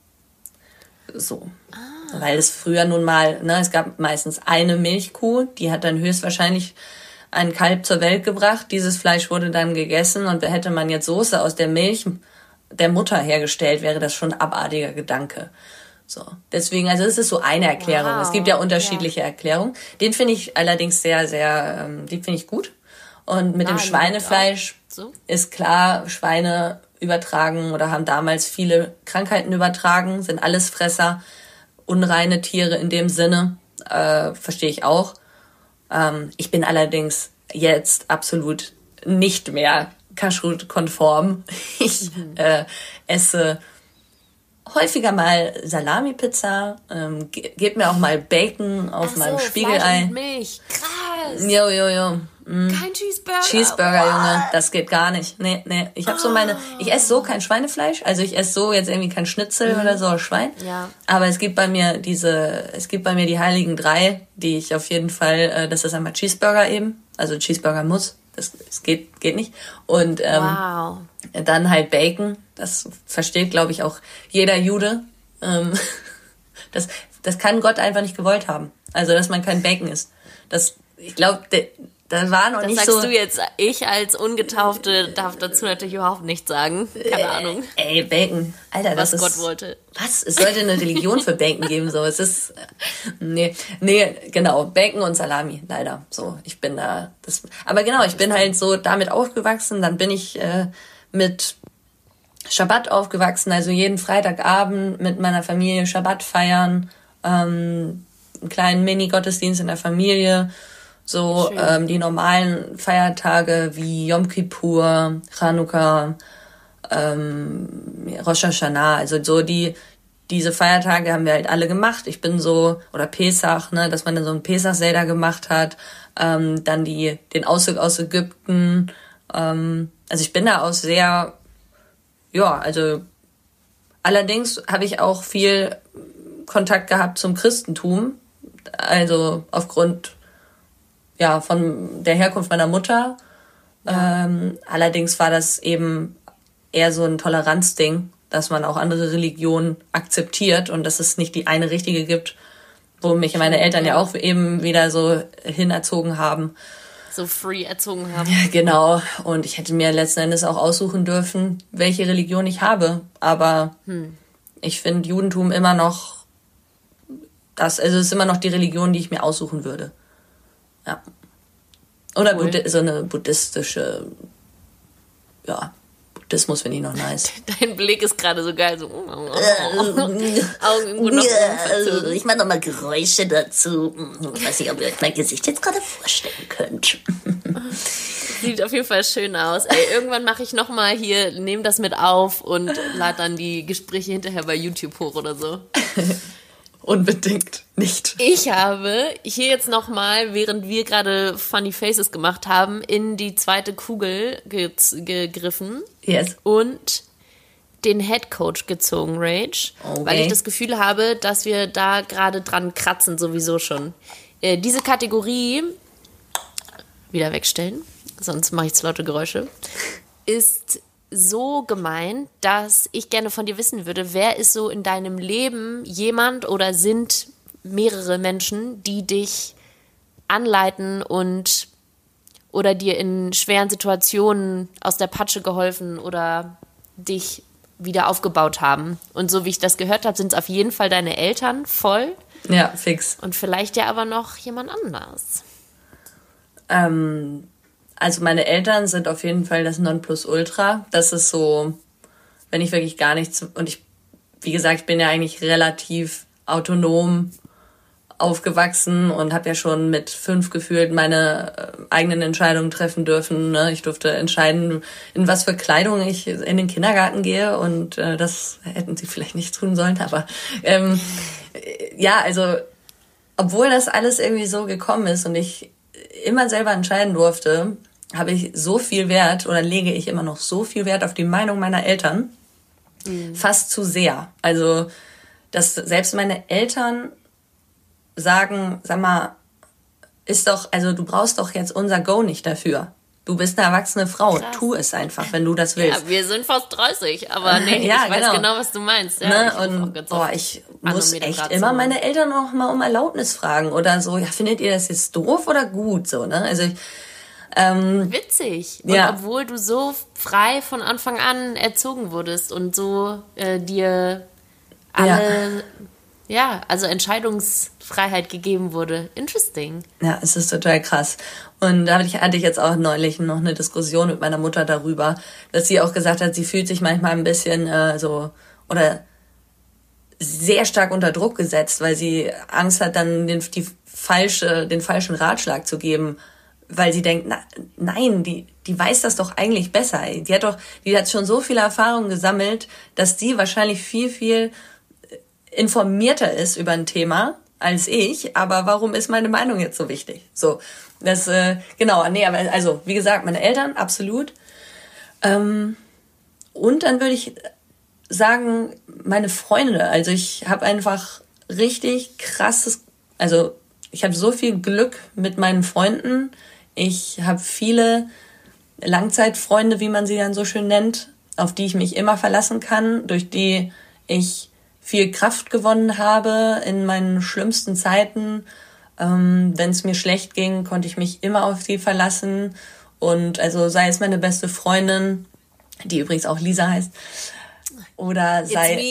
So. Ah. Weil es früher nun mal, ne, es gab meistens eine Milchkuh, die hat dann höchstwahrscheinlich ein Kalb zur Welt gebracht. Dieses Fleisch wurde dann gegessen und hätte man jetzt Soße aus der Milch der Mutter hergestellt, wäre das schon ein abartiger Gedanke. So, deswegen, also es ist so eine Erklärung. Wow. Es gibt ja unterschiedliche ja. Erklärungen. Den finde ich allerdings sehr, sehr, ähm, die finde ich gut. Und mit Nein, dem Schweinefleisch so? Ist klar, Schweine übertragen oder haben damals viele Krankheiten übertragen, sind alles Fresser, unreine Tiere in dem Sinne, äh, verstehe ich auch. Ähm, ich bin allerdings jetzt absolut nicht mehr Kashrut-konform. Ich mhm. äh, esse häufiger mal Salami-Pizza, ähm, ge- gebt mir auch mal Bacon auf Ach meinem so, Spiegelei. Fleisch und Milch, krass. Jo, jo, jo. Mm. Kein Cheeseburger? Cheeseburger, What? Junge, das geht gar nicht. Nee, nee. Ich habe so meine, ich esse so kein Schweinefleisch, also ich esse so jetzt irgendwie kein Schnitzel mhm. oder so, Schwein. Ja. Aber es gibt bei mir diese, es gibt bei mir die heiligen drei, die ich auf jeden Fall, äh, das ist einmal Cheeseburger eben, also Cheeseburger muss, das, das geht, geht nicht. Und ähm, wow. dann halt Bacon, das versteht, glaube ich, auch jeder Jude. Ähm, das, das kann Gott einfach nicht gewollt haben. Also, dass man kein Bacon isst. Das, ich glaube, da war noch das nicht sagst so... du jetzt, ich als Ungetaufte darf dazu natürlich überhaupt nichts sagen. Keine Ahnung. Ey, Bacon. Alter, das was ist... Gott wollte. Was? Es sollte eine Religion für Bacon geben, so. Es ist... Nee, nee, genau. Bacon und Salami, leider. So, ich bin da... Das, aber genau, ich bin halt so damit aufgewachsen. Dann bin ich äh, mit Schabbat aufgewachsen, also jeden Freitagabend mit meiner Familie Schabbat feiern, ähm, einen kleinen Mini-Gottesdienst in der Familie, so ähm, die normalen Feiertage wie Yom Kippur, Chanukka, ähm, Rosh Hashanah, also so die diese Feiertage haben wir halt alle gemacht. Ich bin so, oder Pesach, ne, dass man dann so ein Pesach-Seder gemacht hat, ähm, dann die den Auszug aus Ägypten, ähm, also ich bin da auch sehr, ja, also allerdings habe ich auch viel Kontakt gehabt zum Christentum, also aufgrund ja von der Herkunft meiner Mutter. Ja. Ähm, allerdings war das eben eher so ein Toleranzding, dass man auch andere Religionen akzeptiert und dass es nicht die eine richtige gibt, wo mich meine Eltern ja, ja auch eben wieder so hinerzogen haben. So free erzogen haben. Ja, genau. Und ich hätte mir letzten Endes auch aussuchen dürfen, welche Religion ich habe. Aber hm. ich finde Judentum immer noch das, also es ist immer noch die Religion, die ich mir aussuchen würde. Ja. Oder cool. Buddhi- so eine buddhistische, ja, Buddhismus finde ich noch nice. Dein Blick ist gerade so geil, so Augen irgendwo noch ja, ich mache nochmal Geräusche dazu. Ich weiß nicht, ob ihr euch mein Gesicht jetzt gerade vorstellen könnt. Sieht auf jeden Fall schön aus. Ey, irgendwann mache ich nochmal hier, nehme das mit auf und lade dann die Gespräche hinterher bei YouTube hoch oder so. Unbedingt nicht. Ich habe hier jetzt nochmal, während wir gerade Funny Faces gemacht haben, in die zweite Kugel ge- gegriffen. Yes. Und den Headcoach gezogen, Rage. Okay. Weil ich das Gefühl habe, dass wir da gerade dran kratzen, sowieso schon. Äh, diese Kategorie, wieder wegstellen, sonst mache ich zu laute Geräusche, ist so gemein, dass ich gerne von dir wissen würde, wer ist so in deinem Leben jemand oder sind mehrere Menschen, die dich anleiten und oder dir in schweren Situationen aus der Patsche geholfen oder dich wieder aufgebaut haben. Und so wie ich das gehört habe, sind es auf jeden Fall deine Eltern, voll. Ja, fix. Und vielleicht ja aber noch jemand anders. Ähm... Also meine Eltern sind auf jeden Fall das Nonplusultra. Das ist so, wenn ich wirklich gar nichts... Und ich, wie gesagt, ich bin ja eigentlich relativ autonom aufgewachsen und habe ja schon mit fünf gefühlt meine eigenen Entscheidungen treffen dürfen. Ne? Ich durfte entscheiden, in was für Kleidung ich in den Kindergarten gehe. Und äh, das hätten sie vielleicht nicht tun sollen. Aber ähm, ja, also obwohl das alles irgendwie so gekommen ist und ich immer selber entscheiden durfte, habe ich so viel Wert oder lege ich immer noch so viel Wert auf die Meinung meiner Eltern. Mhm. Fast zu sehr. Also, dass selbst meine Eltern sagen, sag mal, ist doch, also du brauchst doch jetzt unser Go nicht dafür. Du bist eine erwachsene Frau, krass. Tu es einfach, wenn du das willst. Ja, wir sind fast dreißig, aber nee, ja, ich weiß genau. genau, was du meinst. Ja, ne? ich Und boah, ich muss echt immer meine Eltern auch mal um Erlaubnis fragen oder so, ja, findet ihr das jetzt doof oder gut? So, ne? Also ich, ähm, witzig. Und ja. obwohl du so frei von Anfang an erzogen wurdest und so äh, dir alle, ja. ja, also Entscheidungsfreiheit gegeben wurde. Interesting. Ja, es ist total krass. Und da hatte ich jetzt auch neulich noch eine Diskussion mit meiner Mutter darüber, dass sie auch gesagt hat, sie fühlt sich manchmal ein bisschen äh, so oder sehr stark unter Druck gesetzt, weil sie Angst hat, dann den, die falsche, den falschen Ratschlag zu geben, weil sie denkt, na, nein, die, die weiß das doch eigentlich besser. Die hat doch, die hat schon so viele Erfahrungen gesammelt, dass die wahrscheinlich viel, viel informierter ist über ein Thema als ich, aber warum ist meine Meinung jetzt so wichtig? So, das, äh, genau, nee, aber also, wie gesagt, meine Eltern, absolut. Ähm, und dann würde ich sagen, meine Freunde, also ich habe einfach richtig krasses, also ich habe so viel Glück mit meinen Freunden. Ich habe viele Langzeitfreunde, wie man sie dann so schön nennt, auf die ich mich immer verlassen kann, durch die ich viel Kraft gewonnen habe in meinen schlimmsten Zeiten. Ähm, wenn es mir schlecht ging, konnte ich mich immer auf sie verlassen. Und also sei es meine beste Freundin, die übrigens auch Lisa heißt, oder sei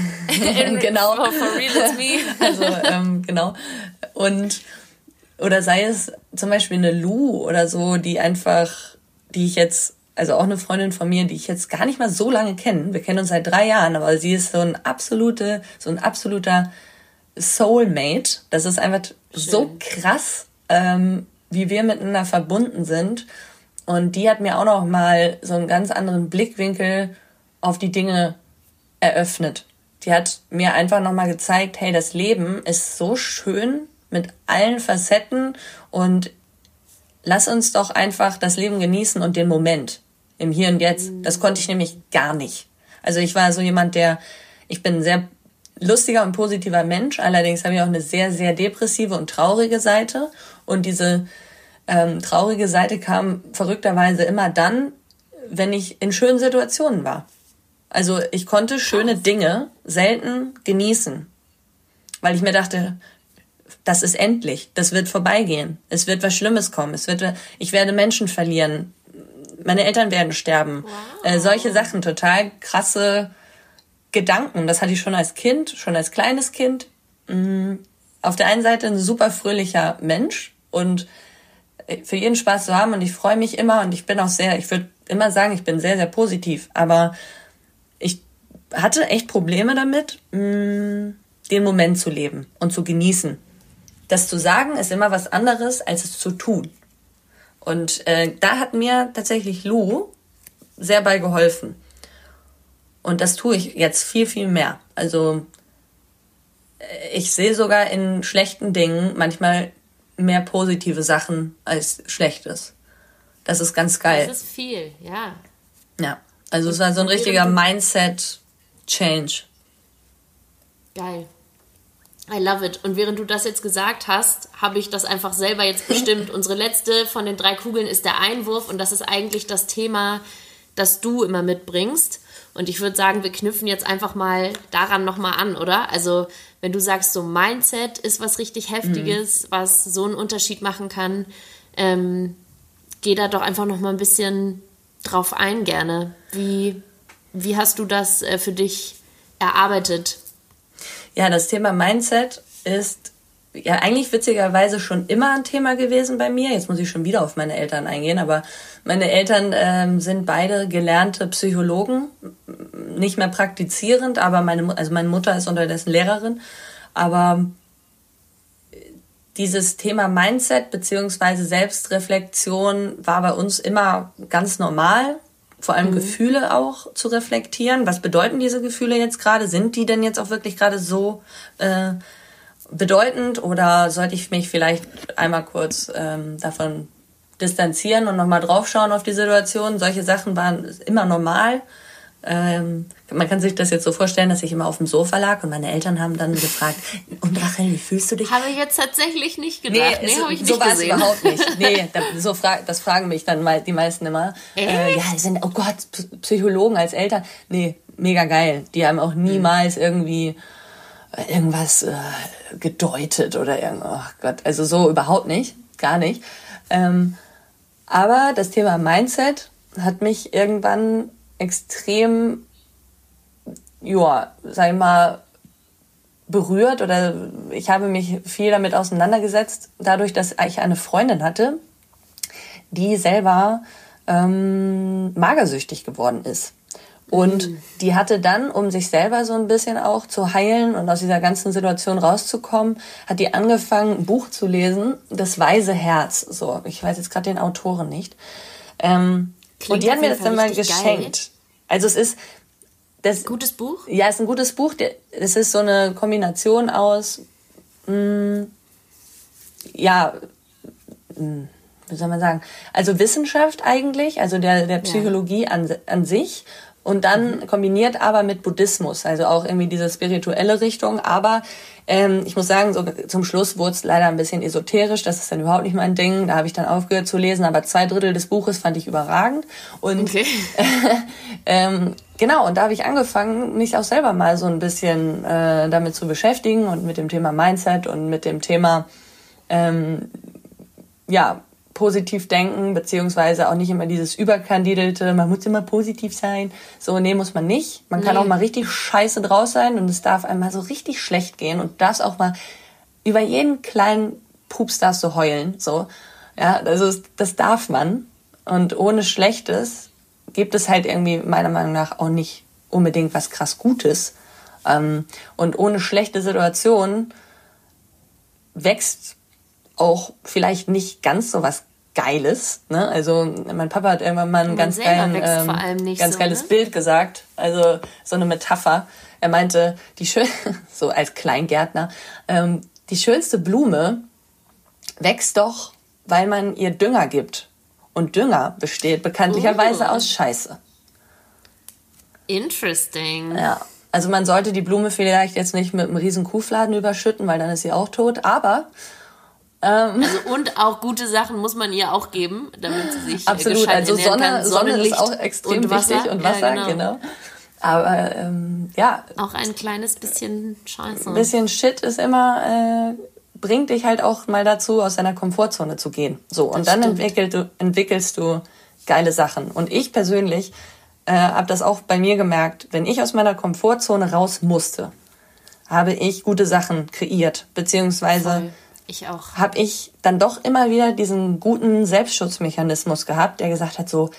genau for real it's me. Also ähm, genau und oder sei es zum Beispiel eine Lou oder so, die einfach, die ich jetzt, also auch eine Freundin von mir, die ich jetzt gar nicht mal so lange kenne. Wir kennen uns seit drei Jahren, aber sie ist so ein absolute, so ein absoluter Soulmate. Das ist einfach Schön. So krass, ähm, wie wir miteinander verbunden sind. Und die hat mir auch noch mal so einen ganz anderen Blickwinkel auf die Dinge eröffnet. Die hat mir einfach noch mal gezeigt, hey, das Leben ist so schön mit allen Facetten und lass uns doch einfach das Leben genießen und den Moment im Hier und Jetzt. Das konnte ich nämlich gar nicht. Also ich war so jemand, der, ich bin ein sehr lustiger und positiver Mensch, allerdings habe ich auch eine sehr, sehr depressive und traurige Seite. Und diese ähm, traurige Seite kam verrückterweise immer dann, wenn ich in schönen Situationen war. Also ich konnte schöne Dinge selten genießen, weil ich mir dachte, das ist endlich, das wird vorbeigehen, es wird was Schlimmes kommen, es wird, ich werde Menschen verlieren, meine Eltern werden sterben. Wow. Äh, solche Sachen, total krasse Gedanken, das hatte ich schon als Kind, schon als kleines Kind. Mhm. Auf der einen Seite ein super fröhlicher Mensch und für jeden Spaß zu haben und ich freue mich immer und ich bin auch sehr, ich würde immer sagen, ich bin sehr, sehr positiv, aber ich hatte echt Probleme damit, mh, den Moment zu leben und zu genießen. Das zu sagen ist immer was anderes, als es zu tun. Und äh, da hat mir tatsächlich Lou sehr bei geholfen. Und das tue ich jetzt viel, viel mehr. Also ich sehe sogar in schlechten Dingen manchmal mehr positive Sachen als Schlechtes. Das ist ganz geil. Das ist viel, ja. Ja, also es war so ein richtiger Mindset-Change. Geil. I love it. Und während du das jetzt gesagt hast, habe ich das einfach selber jetzt bestimmt. Unsere letzte von den drei Kugeln ist der Einwurf und das ist eigentlich das Thema, das du immer mitbringst. Und ich würde sagen, wir knüpfen jetzt einfach mal daran nochmal an, oder? Also wenn du sagst, so Mindset ist was richtig Heftiges, mhm. was so einen Unterschied machen kann, ähm, geh da doch einfach nochmal ein bisschen drauf ein gerne. Wie, wie hast du das äh, für dich erarbeitet? Ja, das Thema Mindset ist ja eigentlich witzigerweise schon immer ein Thema gewesen bei mir. Jetzt muss ich schon wieder auf meine Eltern eingehen, aber meine Eltern ähm, sind beide gelernte Psychologen, nicht mehr praktizierend, aber meine, also meine Mutter ist unterdessen Lehrerin. Aber dieses Thema Mindset beziehungsweise Selbstreflexion war bei uns immer ganz normal. Vor allem mhm. Gefühle auch zu reflektieren. Was bedeuten diese Gefühle jetzt gerade? Sind die denn jetzt auch wirklich gerade so äh, bedeutend? Oder sollte ich mich vielleicht einmal kurz ähm, davon distanzieren und nochmal draufschauen auf die Situation? Solche Sachen waren immer normal. Ähm, man kann sich das jetzt so vorstellen, dass ich immer auf dem Sofa lag und meine Eltern haben dann gefragt, und Rachel, wie fühlst du dich? Habe ich jetzt tatsächlich nicht gedacht. Nee, nee habe ich so nicht gesehen. So war es überhaupt nicht. Nee, so fra- das fragen mich dann mal die meisten immer. Äh, ja, die sind, oh Gott, Psychologen als Eltern. Nee, mega geil. Die haben auch niemals irgendwie irgendwas äh, gedeutet oder irgendwas. Oh Gott, also so überhaupt nicht. Gar nicht. Ähm, aber das Thema Mindset hat mich irgendwann extrem, ja, sag ich mal, berührt oder ich habe mich viel damit auseinandergesetzt, dadurch, dass ich eine Freundin hatte, die selber ähm, magersüchtig geworden ist. Und mhm. die hatte dann, um sich selber so ein bisschen auch zu heilen und aus dieser ganzen Situation rauszukommen, hat die angefangen, ein Buch zu lesen, Das weise Herz. So, ich weiß jetzt gerade den Autoren nicht. Ähm, und die hat mir das dann mal geschenkt. Geil. Also es ist das gutes Buch? Ja, es ist ein gutes Buch. Es ist so eine Kombination aus mh, ja, mh, wie soll man sagen, also Wissenschaft eigentlich, also der, der Psychologie ja. an, an sich und dann mhm. kombiniert aber mit Buddhismus, also auch irgendwie diese spirituelle Richtung, aber ähm, ich muss sagen, so zum Schluss wurde es leider ein bisschen esoterisch, das ist dann überhaupt nicht mein Ding, da habe ich dann aufgehört zu lesen, aber zwei Drittel des Buches fand ich überragend und okay. ähm, genau, und da habe ich angefangen, mich auch selber mal so ein bisschen äh, damit zu beschäftigen und mit dem Thema Mindset und mit dem Thema ähm, ja, positiv denken, beziehungsweise auch nicht immer dieses überkandidelte, man muss immer positiv sein. So, nee, muss man nicht. Man nee. kann auch mal richtig scheiße draus sein und es darf einem mal so richtig schlecht gehen und darfst auch mal über jeden kleinen Pups darfst du heulen. So, ja, also das darf man. Und ohne Schlechtes gibt es halt irgendwie meiner Meinung nach auch nicht unbedingt was krass Gutes. Und ohne schlechte Situationen wächst auch vielleicht nicht ganz so was Geiles, ne? Also mein Papa hat irgendwann mal ein ganz, geilen, ähm, ganz so, geiles ne? Bild gesagt, also so eine Metapher. Er meinte, die schön so als Kleingärtner, ähm, die schönste Blume wächst doch, weil man ihr Dünger gibt. Und Dünger besteht bekanntlicherweise uh. aus Scheiße. Interesting. Ja. Also man sollte die Blume vielleicht jetzt nicht mit einem riesen Kuhfladen überschütten, weil dann ist sie auch tot, aber Ähm, also und auch gute Sachen muss man ihr auch geben, damit sie sich absolut. Also Sonne, kann. Sonne ist auch extrem und wichtig und Wasser, ja, genau. genau. Aber ähm, ja. Auch ein kleines bisschen Scheiße. Ein bisschen Shit ist immer, äh, bringt dich halt auch mal dazu, aus deiner Komfortzone zu gehen. So, und das dann entwickelst du, entwickelst du geile Sachen. Und ich persönlich äh, habe das auch bei mir gemerkt, wenn ich aus meiner Komfortzone raus musste, habe ich gute Sachen kreiert, beziehungsweise Voll. Ich auch. Habe ich dann doch immer wieder diesen guten Selbstschutzmechanismus gehabt, der gesagt hat so,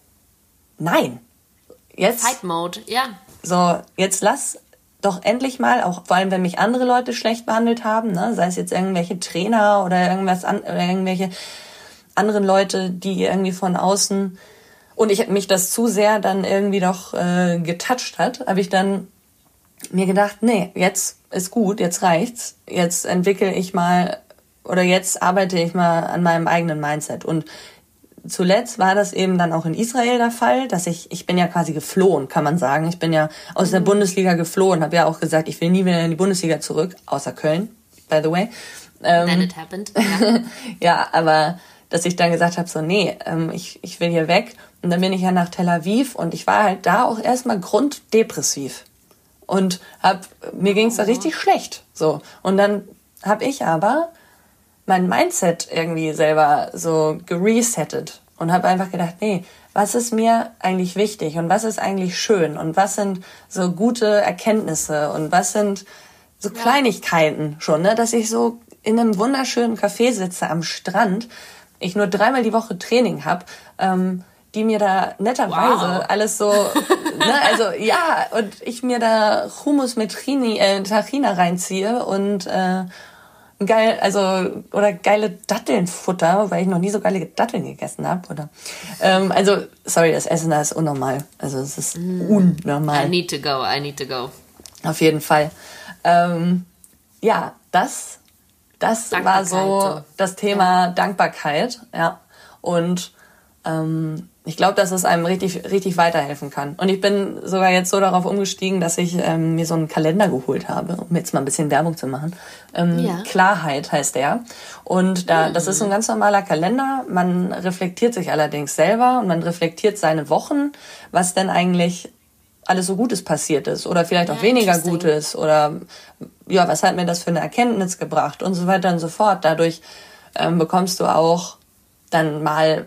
nein, jetzt... Fight Mode, ja. So, jetzt lass doch endlich mal, auch vor allem, wenn mich andere Leute schlecht behandelt haben, ne, sei es jetzt irgendwelche Trainer oder irgendwas an, oder irgendwelche anderen Leute, die irgendwie von außen... Und ich mich das zu sehr dann irgendwie doch äh, getoucht hat, habe ich dann mir gedacht, nee, jetzt ist gut, jetzt reicht's, jetzt entwickle ich mal oder jetzt arbeite ich mal an meinem eigenen Mindset. Und zuletzt war das eben dann auch in Israel der Fall, dass ich, ich bin ja quasi geflohen, kann man sagen. Ich bin ja aus der Bundesliga geflohen, habe ja auch gesagt, ich will nie wieder in die Bundesliga zurück, außer Köln, by the way. Ähm, Then it happened. Ja, ja, aber dass ich dann gesagt habe, so nee, ähm, ich, ich will hier weg. Und dann bin ich ja nach Tel Aviv und ich war halt da auch erstmal grunddepressiv. Und hab, mir ging's da richtig schlecht. So. Und dann habe ich aber mein Mindset irgendwie selber so geresettet und habe einfach gedacht, nee, was ist mir eigentlich wichtig und was ist eigentlich schön und was sind so gute Erkenntnisse und was sind so Kleinigkeiten schon, ne, dass ich so in einem wunderschönen Café sitze am Strand, ich nur dreimal die Woche Training habe, ähm, die mir da netterweise wow. alles so, ne, also ja, und ich mir da Hummus mit Trini, äh, Tahina reinziehe und äh, geil, also oder geile Dattelnfutter, weil ich noch nie so geile Datteln gegessen habe, oder ähm, also sorry, das Essen da ist unnormal, also es ist mm. unnormal. I need to go, I need to go. Auf jeden Fall. Ähm, ja, das, das war so das Thema ja. Dankbarkeit, ja, und ähm, ich glaube, dass es einem richtig, richtig weiterhelfen kann. Und ich bin sogar jetzt so darauf umgestiegen, dass ich ähm, mir so einen Kalender geholt habe, um jetzt mal ein bisschen Werbung zu machen. Ähm, ja. Klarheit heißt der. Und da, mhm. das ist so ein ganz normaler Kalender. Man reflektiert sich allerdings selber und man reflektiert seine Wochen, was denn eigentlich alles so Gutes passiert ist oder vielleicht auch ja, weniger Gutes oder ja, was hat mir das für eine Erkenntnis gebracht und so weiter und so fort. Dadurch ähm, bekommst du auch dann mal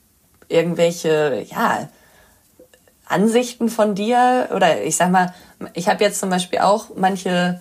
irgendwelche, ja, Ansichten von dir oder ich sag mal, ich habe jetzt zum Beispiel auch manche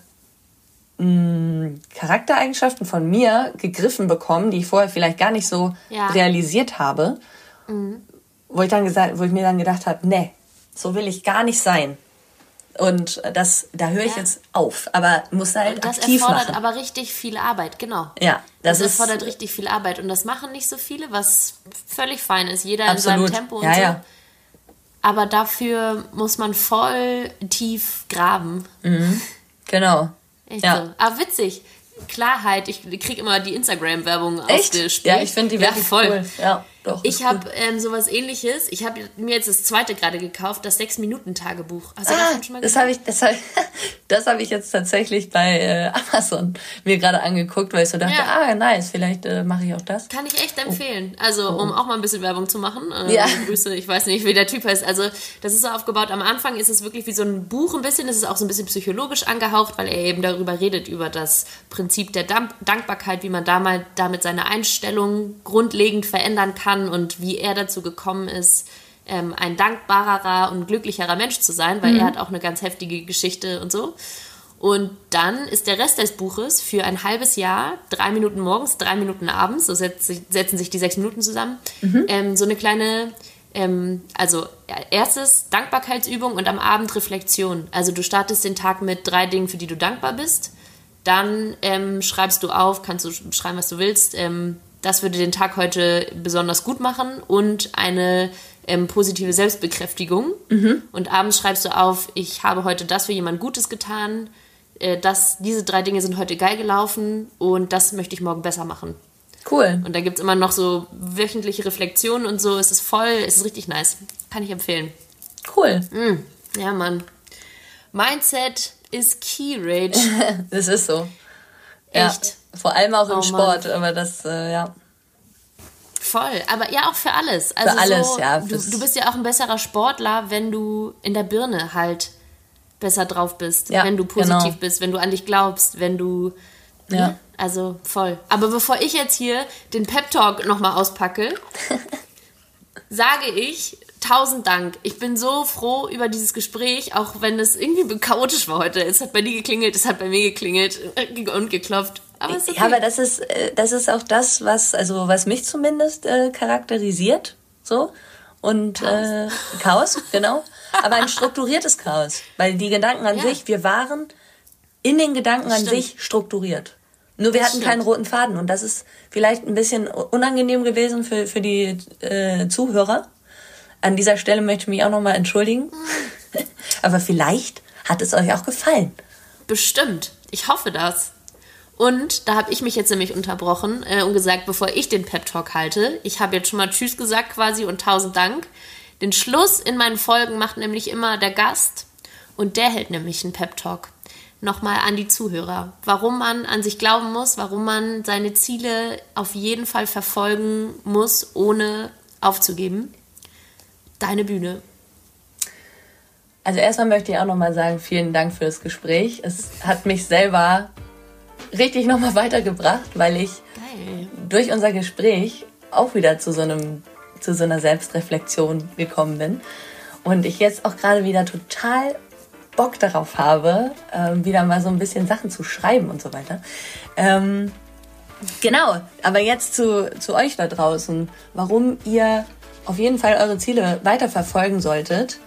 mh, Charaktereigenschaften von mir gegriffen bekommen, die ich vorher vielleicht gar nicht so ja. realisiert habe, mhm. wo ich dann gesagt, wo ich mir dann gedacht habe, nee, so will ich gar nicht sein. Und das, da höre ich ja. jetzt auf, aber muss halt das aktiv machen. Das erfordert aber richtig viel Arbeit, genau. Ja, das, das erfordert ist, richtig viel Arbeit und das machen nicht so viele, was völlig fein ist, jeder absolut. in seinem Tempo und ja, so. Ja. Aber dafür muss man voll tief graben. Mhm. Genau. Echt ja. so. Aber witzig. Klarheit. Ich kriege immer die Instagram-Werbung Echt? ausgespielt. Ja, ich finde die wirklich ja, voll. cool. Ja, doch. Ich habe ähm, sowas Ähnliches. Ich habe mir jetzt das zweite gerade gekauft, das sechs-Minuten-Tagebuch. Hast du ah, davon schon mal das habe ich, das hab ich, das hab ich jetzt tatsächlich bei äh, Amazon mir gerade angeguckt, weil ich so dachte, Ja. ah, nice, vielleicht äh, mache ich auch das. Kann ich echt empfehlen. Also, um auch mal ein bisschen Werbung zu machen. Äh, Ja. Grüße, ich weiß nicht, wie der Typ heißt. Also, das ist so aufgebaut. Am Anfang ist es wirklich wie so ein Buch ein bisschen. Es ist auch so ein bisschen psychologisch angehaucht, weil er eben darüber redet, über das Prinzip der Dank- Dankbarkeit, wie man damals damit seine Einstellung grundlegend verändern kann und wie er dazu gekommen ist, ähm, ein dankbarerer und glücklicherer Mensch zu sein, weil Mhm. er hat auch eine ganz heftige Geschichte und so. Und dann ist der Rest des Buches für ein halbes Jahr, drei Minuten morgens, drei Minuten abends, so setz, setzen sich die sechs Minuten zusammen, Mhm. ähm, so eine kleine, ähm, also ja, erstes Dankbarkeitsübung und am Abend Reflexion. Also du startest den Tag mit drei Dingen, für die du dankbar bist. Dann ähm, schreibst du auf, kannst du schreiben, was du willst. Ähm, das würde den Tag heute besonders gut machen und eine ähm, positive Selbstbekräftigung. Mhm. Und abends schreibst du auf, ich habe heute das für jemand Gutes getan. Äh, das, diese drei Dinge sind heute geil gelaufen und das möchte ich morgen besser machen. Cool. Und da gibt es immer noch so wöchentliche Reflexionen und so. Es ist voll, es ist richtig nice. Kann ich empfehlen. Cool. Mm, ja, Mann. Mindset is key, Rage. Das ist so. Ja. Echt. Vor allem auch im Oh, Sport, Mann. aber das, äh, ja. Voll, aber ja auch für alles. Also Für alles, so, ja. Du, du bist ja auch ein besserer Sportler, wenn du in der Birne halt besser drauf bist, Ja, wenn du positiv genau. bist, wenn du an dich glaubst, wenn du... Ja. Ne? Also voll. Aber bevor ich jetzt hier den Pep-Talk nochmal auspacke, sage ich tausend Dank. Ich bin so froh über dieses Gespräch, auch wenn es irgendwie chaotisch war heute. Es hat bei dir geklingelt, es hat bei mir geklingelt und geklopft. Aber es ist okay. Ja, aber das ist, äh, das ist auch das, was, also was mich zumindest äh, charakterisiert, so. Und Chaos, äh, Chaos genau. Aber ein strukturiertes Chaos. Weil die Gedanken an Ja. sich, wir waren in den Gedanken an Stimmt. sich strukturiert. Nur wir Das hatten stimmt. keinen roten Faden. Und das ist vielleicht ein bisschen unangenehm gewesen für, für die äh, Zuhörer. An dieser Stelle möchte ich mich auch nochmal entschuldigen. Aber vielleicht hat es euch auch gefallen. Bestimmt. Ich hoffe das. Und da habe ich mich jetzt nämlich unterbrochen äh, und gesagt, bevor ich den Pep-Talk halte, ich habe jetzt schon mal Tschüss gesagt quasi und tausend Dank. Den Schluss in meinen Folgen macht nämlich immer der Gast und der hält nämlich einen Pep-Talk. Nochmal an die Zuhörer, warum man an sich glauben muss, warum man seine Ziele auf jeden Fall verfolgen muss, ohne aufzugeben. Deine Bühne. Also erstmal möchte ich auch nochmal sagen, vielen Dank für das Gespräch. Es hat mich selber richtig nochmal weitergebracht, weil ich Geil. durch unser Gespräch auch wieder zu so einem, zu so einer Selbstreflexion gekommen bin. Und ich jetzt auch gerade wieder total Bock darauf habe, ähm, wieder mal so ein bisschen Sachen zu schreiben und so weiter. Ähm, genau, aber jetzt zu, zu euch da draußen, warum ihr auf jeden Fall eure Ziele weiterverfolgen solltet.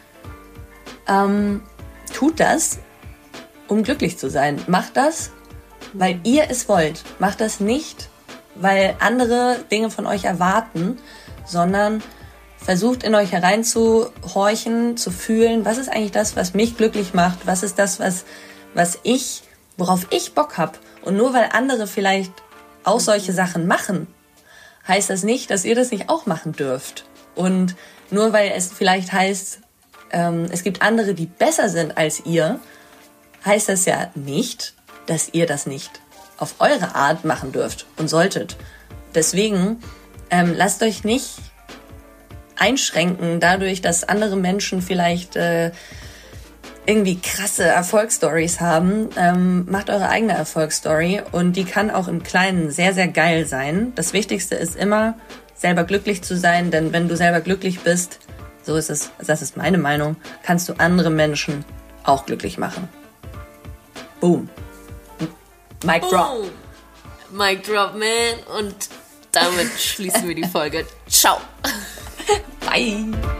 Ähm, tut das, um glücklich zu sein. Macht das, weil ihr es wollt. Macht das nicht, weil andere Dinge von euch erwarten, sondern versucht in euch hereinzuhorchen, zu fühlen, was ist eigentlich das, was mich glücklich macht, was ist das, was, was ich, worauf ich Bock habe. Und nur weil andere vielleicht auch solche Sachen machen, heißt das nicht, dass ihr das nicht auch machen dürft. Und nur weil es vielleicht heißt, ähm, es gibt andere, die besser sind als ihr, heißt das ja nicht, dass ihr das nicht auf eure Art machen dürft und solltet. Deswegen ähm, lasst euch nicht einschränken dadurch, dass andere Menschen vielleicht äh, irgendwie krasse Erfolgsstories haben. Ähm, macht eure eigene Erfolgsstory und die kann auch im Kleinen sehr, sehr geil sein. Das Wichtigste ist immer, selber glücklich zu sein, denn wenn du selber glücklich bist, so ist es, das ist meine Meinung, kannst du andere Menschen auch glücklich machen. Boom. Mic drop. Boom. Mic drop, man. Und damit schließen wir die Folge. Ciao. Bye.